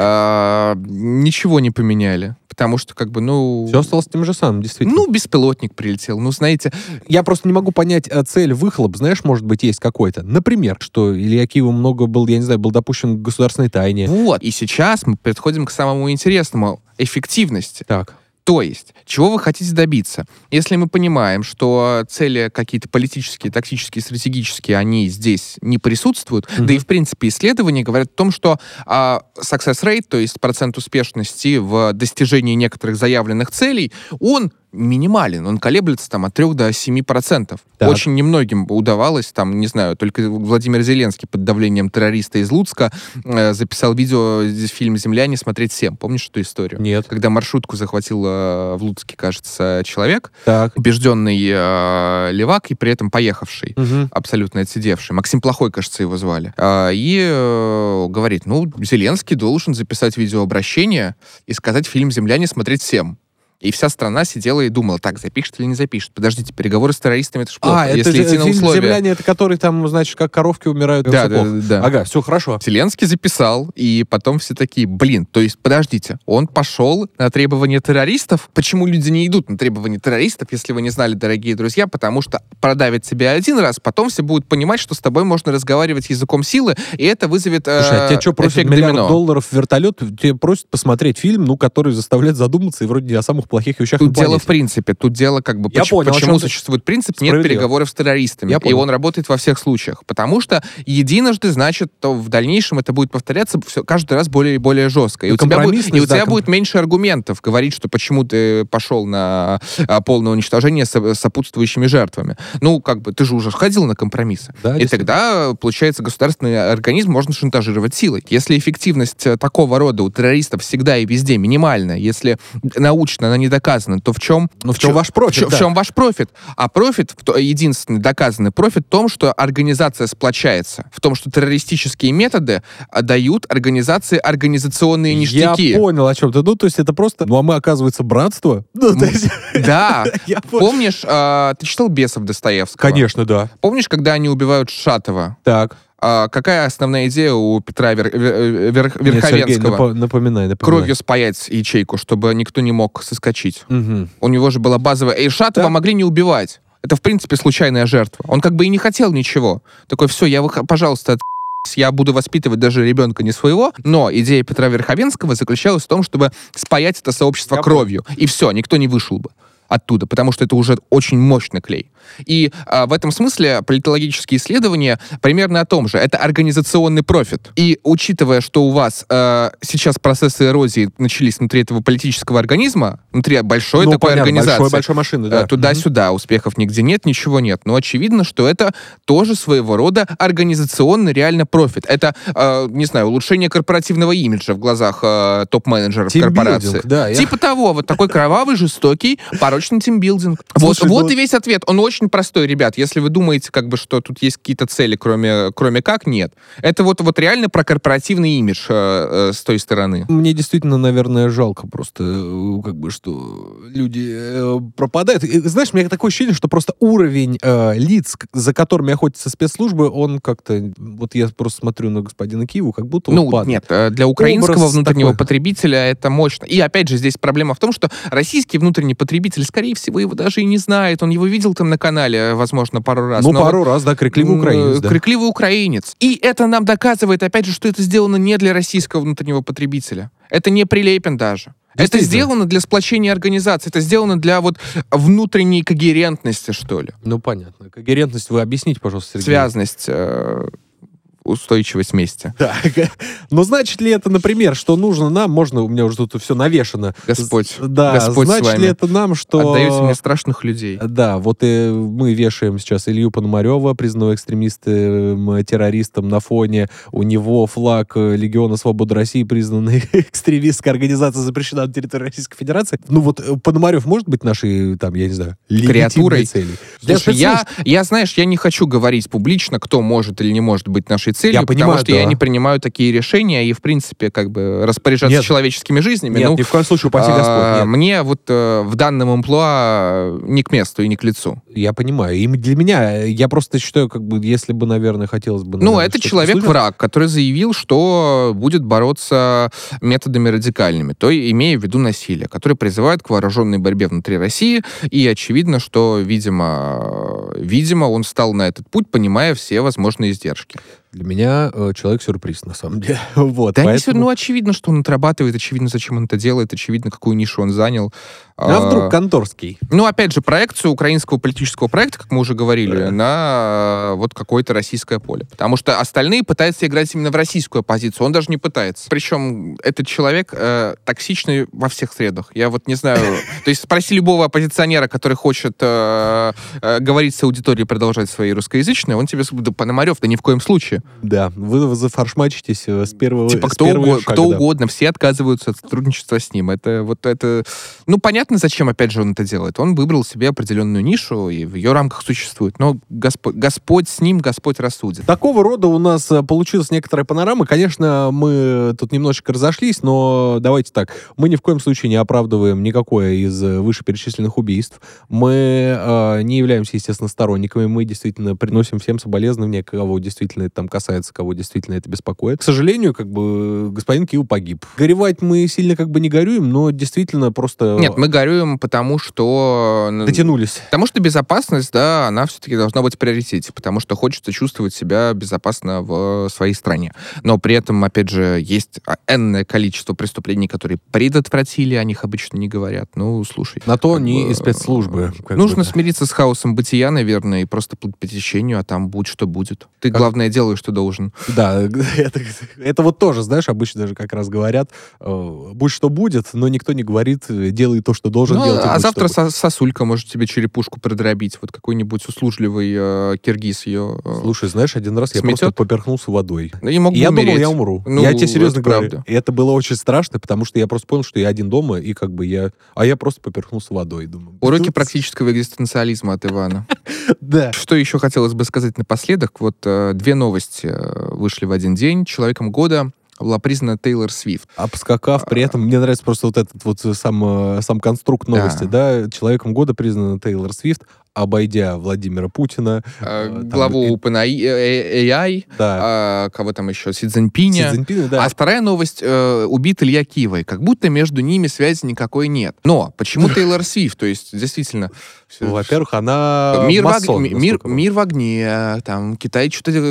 ничего не поменяли. Потому что, как бы, ну... Все осталось тем же самым, действительно. Ну, беспилотник прилетел. Ну, знаете... Я просто не могу понять цель, выхлоп, знаешь, может быть, есть какой-то. Например, что Илья Киева был допущен к государственной тайне. Вот. И сейчас мы подходим к самому интересному — эффективности. Так. То есть, чего вы хотите добиться? Если мы понимаем, что цели какие-то политические, тактические, стратегические, они здесь не присутствуют, да и, в принципе, исследования говорят о том, что success rate, то есть процент успешности в достижении некоторых заявленных целей, он минимален, он колеблется там от 3 до 7%. Так. Очень немногим удавалось, там, не знаю, только Владимир Зеленский под давлением террориста из Луцка записал фильм «Земляне» смотреть всем. Помнишь эту историю? Нет. Когда маршрутку захватил в Луцке, кажется, человек, так. убежденный левак и при этом поехавший, абсолютно отсидевший. Максим Плохой, кажется, его звали. И говорит, ну, Зеленский должен записать видеообращение и сказать фильм «Земляне» смотреть всем. И вся страна сидела и думала, так, запишет или не запишет. Подождите, переговоры с террористами — это ж плохо. Это если идти на условия... «Земляне», это который там, значит, как коровки умирают. Да. Ага, все хорошо. Зеленский записал, и потом все такие, то есть, подождите, он пошел на требования террористов? Почему люди не идут на требования террористов, если вы не знали, дорогие друзья? Потому что продавят тебя один раз, потом все будут понимать, что с тобой можно разговаривать языком силы, и это вызовет Слушай, а тебя что, просят $1 миллиард в вертолет? Тебе просят посмотреть фильм, который заставляет задуматься, и вроде не о самых самых плохих вещах Тут на дело планете. в принципе. Тут дело как бы... Я понял, о почему чем ты. существует принцип «нет Справедливо. переговоров с террористами». Я И понял. он работает во всех случаях. Потому что единожды, значит, то в дальнейшем это будет повторяться каждый раз более и более жестко. И у тебя будет меньше аргументов говорить, что почему ты пошел на полное уничтожение с сопутствующими жертвами. Ну, как бы, ты же уже ходил на компромиссы. Да, И тогда, получается, государственный организм можно шантажировать силой. Если эффективность такого рода у террористов всегда и везде минимальная, если научно она не доказана, то в чем... Ну, в чем ваш профит? В чем ваш профит? А профит, единственный доказанный профит в том, что организация сплочается. В том, что террористические методы дают организации организационные ништяки. Я понял, о чем ты. Ну, то есть это просто... Ну, а мы, оказывается, братство? Ну, то есть... Да. Я понял. Помнишь, ты читал «Бесов» Достоевского? Конечно, да. Помнишь, когда они убивают Шатова? Так. Какая основная идея у Петра Нет, Сергей, Верховенского? напоминай. Кровью спаять ячейку, чтобы никто не мог соскочить. Угу. У него же была базовая... И Шатова Да. могли не убивать. Это, в принципе, случайная жертва. Он как бы и не хотел ничего. Такой, все, пожалуйста, я буду воспитывать даже ребенка не своего, но идея Петра Верховенского заключалась в том, чтобы спаять это сообщество кровью. И все, никто не вышел бы оттуда, потому что это уже очень мощный клей. И в этом смысле политологические исследования примерно о том же. Это организационный профит. И учитывая, что у вас сейчас процессы эрозии начались внутри этого политического организма, внутри большой такой организации, большой машины, да. Туда-сюда, успехов нигде нет, ничего нет. Но очевидно, что это тоже своего рода организационный реально профит. Это, не знаю, улучшение корпоративного имиджа в глазах топ-менеджеров корпорации. Да, Типа того, вот такой кровавый, жестокий, порочный тимбилдинг. Слушай, Вот и весь ответ. Он очень простой, ребят. Если вы думаете, как бы, что тут есть какие-то цели, кроме как, нет. Это вот реально про корпоративный имидж с той стороны. Мне действительно, наверное, жалко просто, как бы, что люди пропадают. И, знаешь, у меня такое ощущение, что просто уровень лиц, за которыми охотятся спецслужбы, он как-то... Вот я просто смотрю на господина Киеву, как будто он падает. Нет, для украинского Образ внутреннего такой. потребителя это мощно. И опять же, здесь проблема в том, что российский внутренний потребитель, скорее всего, его даже и не знает. Он его видел там на канале, возможно, пару раз. Ну, но пару раз, да, крикливый украинец. Да. Крикливый украинец. И это нам доказывает, опять же, что это сделано не для российского внутреннего потребителя. Это не Прилепин даже. Это сделано для сплочения организации, это сделано для вот внутренней когерентности, что ли. Ну, понятно. Когерентность вы объясните, пожалуйста, Сергей. Связность, устойчивость вместе. Так. Но значит ли это, например, что нужно нам, можно, у меня уже тут все навешано. Господь. Да, Господь значит с вами. ли это нам, что... Отдаете мне страшных людей. Да, вот мы вешаем сейчас Илью Пономарева, признанного экстремистом, террористом, на фоне у него флаг Легиона Свободы России, признанный экстремистской организацией, запрещена на территории Российской Федерации. Ну вот Пономарев может быть нашей, там, я не знаю, креатурой целью? Слушай, я, знаешь, я не хочу говорить публично, кто может или не может быть нашей целью, Я потому понимаю, что я не принимаю такие решения и, в принципе, как бы распоряжаться человеческими жизнями. Нет, ни в коем случае, упаси Господь. Нет. Мне вот в данном амплуа не к месту и не к лицу. Я понимаю. И для меня, я просто считаю, как бы, если бы, наверное, хотелось бы... Ну, это человек-враг, который заявил, что будет бороться методами радикальными, то есть имея в виду насилие, который призывает к вооруженной борьбе внутри России, и очевидно, что, видимо, он встал на этот путь, понимая все возможные издержки. Для меня человек-сюрприз, на самом деле. Вот, да, поэтому... очевидно, что он отрабатывает, очевидно, зачем он это делает, очевидно, какую нишу он занял. А вдруг Конторский? Ну, опять же, проекцию украинского политического проекта, как мы уже говорили, на вот какое-то российское поле. Потому что остальные пытаются играть именно в российскую оппозицию. Он даже не пытается. Причем этот человек токсичный во всех средах. Я вот не знаю... То есть спроси любого оппозиционера, который хочет говорить с аудиторией, продолжать свои русскоязычные, он тебе скажет: да, Пономарев, да ни в коем случае. Да, вы зафаршмачитесь с первого типа шага. Кто угодно, все отказываются от сотрудничества с ним. Это... Ну, понятно, зачем, опять же, он это делает. Он выбрал себе определенную нишу, и в ее рамках существует. Но Господь с ним, Господь рассудит. Такого рода у нас получилась некоторая панорама. Конечно, мы тут немножечко разошлись, но давайте так. Мы ни в коем случае не оправдываем никакое из вышеперечисленных убийств. Мы не являемся, естественно, сторонниками. Мы действительно приносим всем соболезнования, кого действительно это там касается, кого действительно это беспокоит. К сожалению, как бы господин Киев погиб. Горевать мы сильно как бы не горюем, но действительно просто... Нет, мы горюем, потому что... Дотянулись. Потому что безопасность, да, она все-таки должна быть в приоритете, потому что хочется чувствовать себя безопасно в своей стране. Но при этом, опять же, есть энное количество преступлений, которые предотвратили, о них обычно не говорят. Ну, слушай. На то они и спецслужбы. Нужно смириться с хаосом бытия, наверное, и просто плыть по течению, а там будь что будет. Ты, главное, делай, что должен. Да, это вот тоже, знаешь, обычно даже как раз говорят, будь что будет, но никто не говорит, делай то, что должен делать. А завтра сосулька может тебе черепушку продробить. Вот какой-нибудь услужливый киргиз ее Слушай, знаешь, один раз я просто поперхнулся водой. Ну, и мог я умереть. думал, я умру. Ну, я тебе серьезно говорю. правда. И это было очень страшно, потому что я просто понял, что я один дома, и как бы я... А я просто поперхнулся водой, думаю. Уроки практического экзистенциализма от Ивана. Да. Что еще хотелось бы сказать напоследок? Вот две новости вышли в один день. Человеком года была признана Тейлор Свифт. А поскакав при этом, мне нравится просто вот этот вот сам конструкт новости, да? Человеком года признана Тейлор Свифт, обойдя Владимира Путина. Главу OpenAI, да. Кого там еще, Си Цзиньпиня. Да. А вторая новость, убит Илья Кивой. Как будто между ними связи никакой нет. Но почему Тейлор Свифт? То есть, действительно... Во-первых, она мир масон. Мир в огне, там, Китай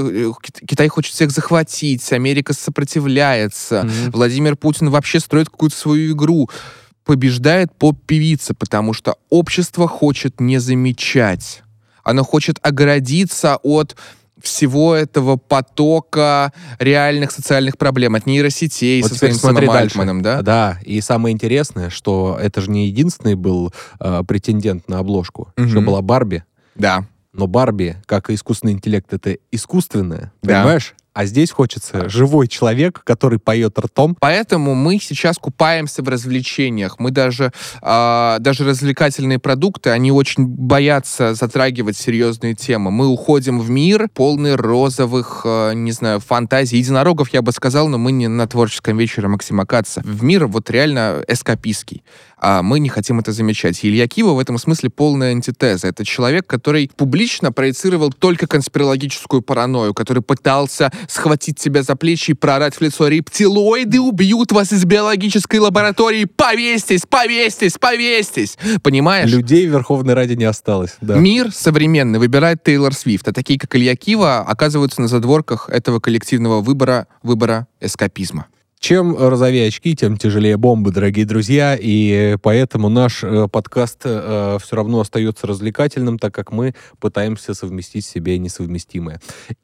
хочет всех захватить, Америка сопротивляется, Владимир Путин вообще строит какую-то свою игру. Побеждает поп-певица, потому что общество хочет не замечать. Оно хочет оградиться от всего этого потока реальных социальных проблем, от нейросетей вот со своим Сэмом Альтманом, да? Да, и самое интересное, что это же не единственный был претендент на обложку. Еще была Барби. Да. Но Барби, как и искусственный интеллект, это искусственное, да. Понимаешь? А здесь хочется живой человек, который поет ртом. Поэтому мы сейчас купаемся в развлечениях. Мы даже развлекательные продукты, они очень боятся затрагивать серьезные темы. Мы уходим в мир, полный розовых, не знаю, фантазий, единорогов, я бы сказал, но мы не на творческом вечере Максима Каца. В мир вот реально эскапистский. А мы не хотим это замечать. И Илья Кива в этом смысле полная антитеза. Это человек, который публично проецировал только конспирологическую паранойю, который пытался схватить тебя за плечи и проорать в лицо: рептилоиды убьют вас из биологической лаборатории, повесьтесь, повесьтесь, повесьтесь. Понимаешь? Людей в Верховной Раде не осталось. Да. Мир современный выбирает Тейлор Свифт, а такие, как Илья Кива, оказываются на задворках этого коллективного выбора эскапизма. Чем розовее очки, тем тяжелее бомбы, дорогие друзья, и поэтому наш подкаст все равно остается развлекательным, так как мы пытаемся совместить в себе несовместимое.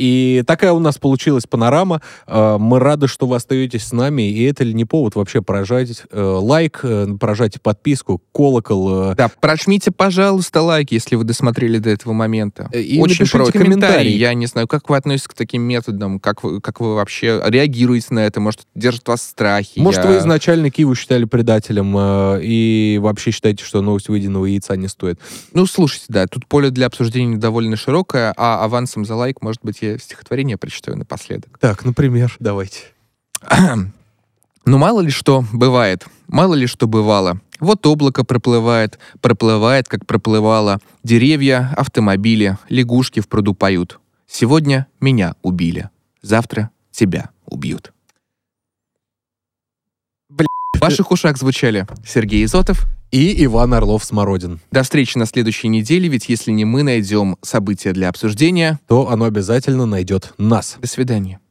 И такая у нас получилась панорама. Мы рады, что вы остаетесь с нами, и это ли не повод вообще прожать лайк, прожать подписку, колокол. Да, прожмите, пожалуйста, лайк, если вы досмотрели до этого момента. И очень напишите комментарий. Я не знаю, как вы относитесь к таким методам, как вы вообще реагируете на это, может, держит вас страхи. Может, вы изначально Киву считали предателем и вообще считаете, что новость выеденного яйца не стоит? Ну, слушайте, да, тут поле для обсуждения довольно широкое, а авансом за лайк, может быть, я стихотворение прочитаю напоследок. Так, например, давайте. Ну, мало ли что бывает, мало ли что бывало. Вот облако проплывает, как проплывало. Деревья, автомобили, лягушки в пруду поют. Сегодня меня убили, завтра тебя убьют. В ваших ушах звучали Сергей Изотов и Иван Орлов-Смородин. До встречи на следующей неделе, ведь если не мы найдем события для обсуждения, то оно обязательно найдет нас. До свидания.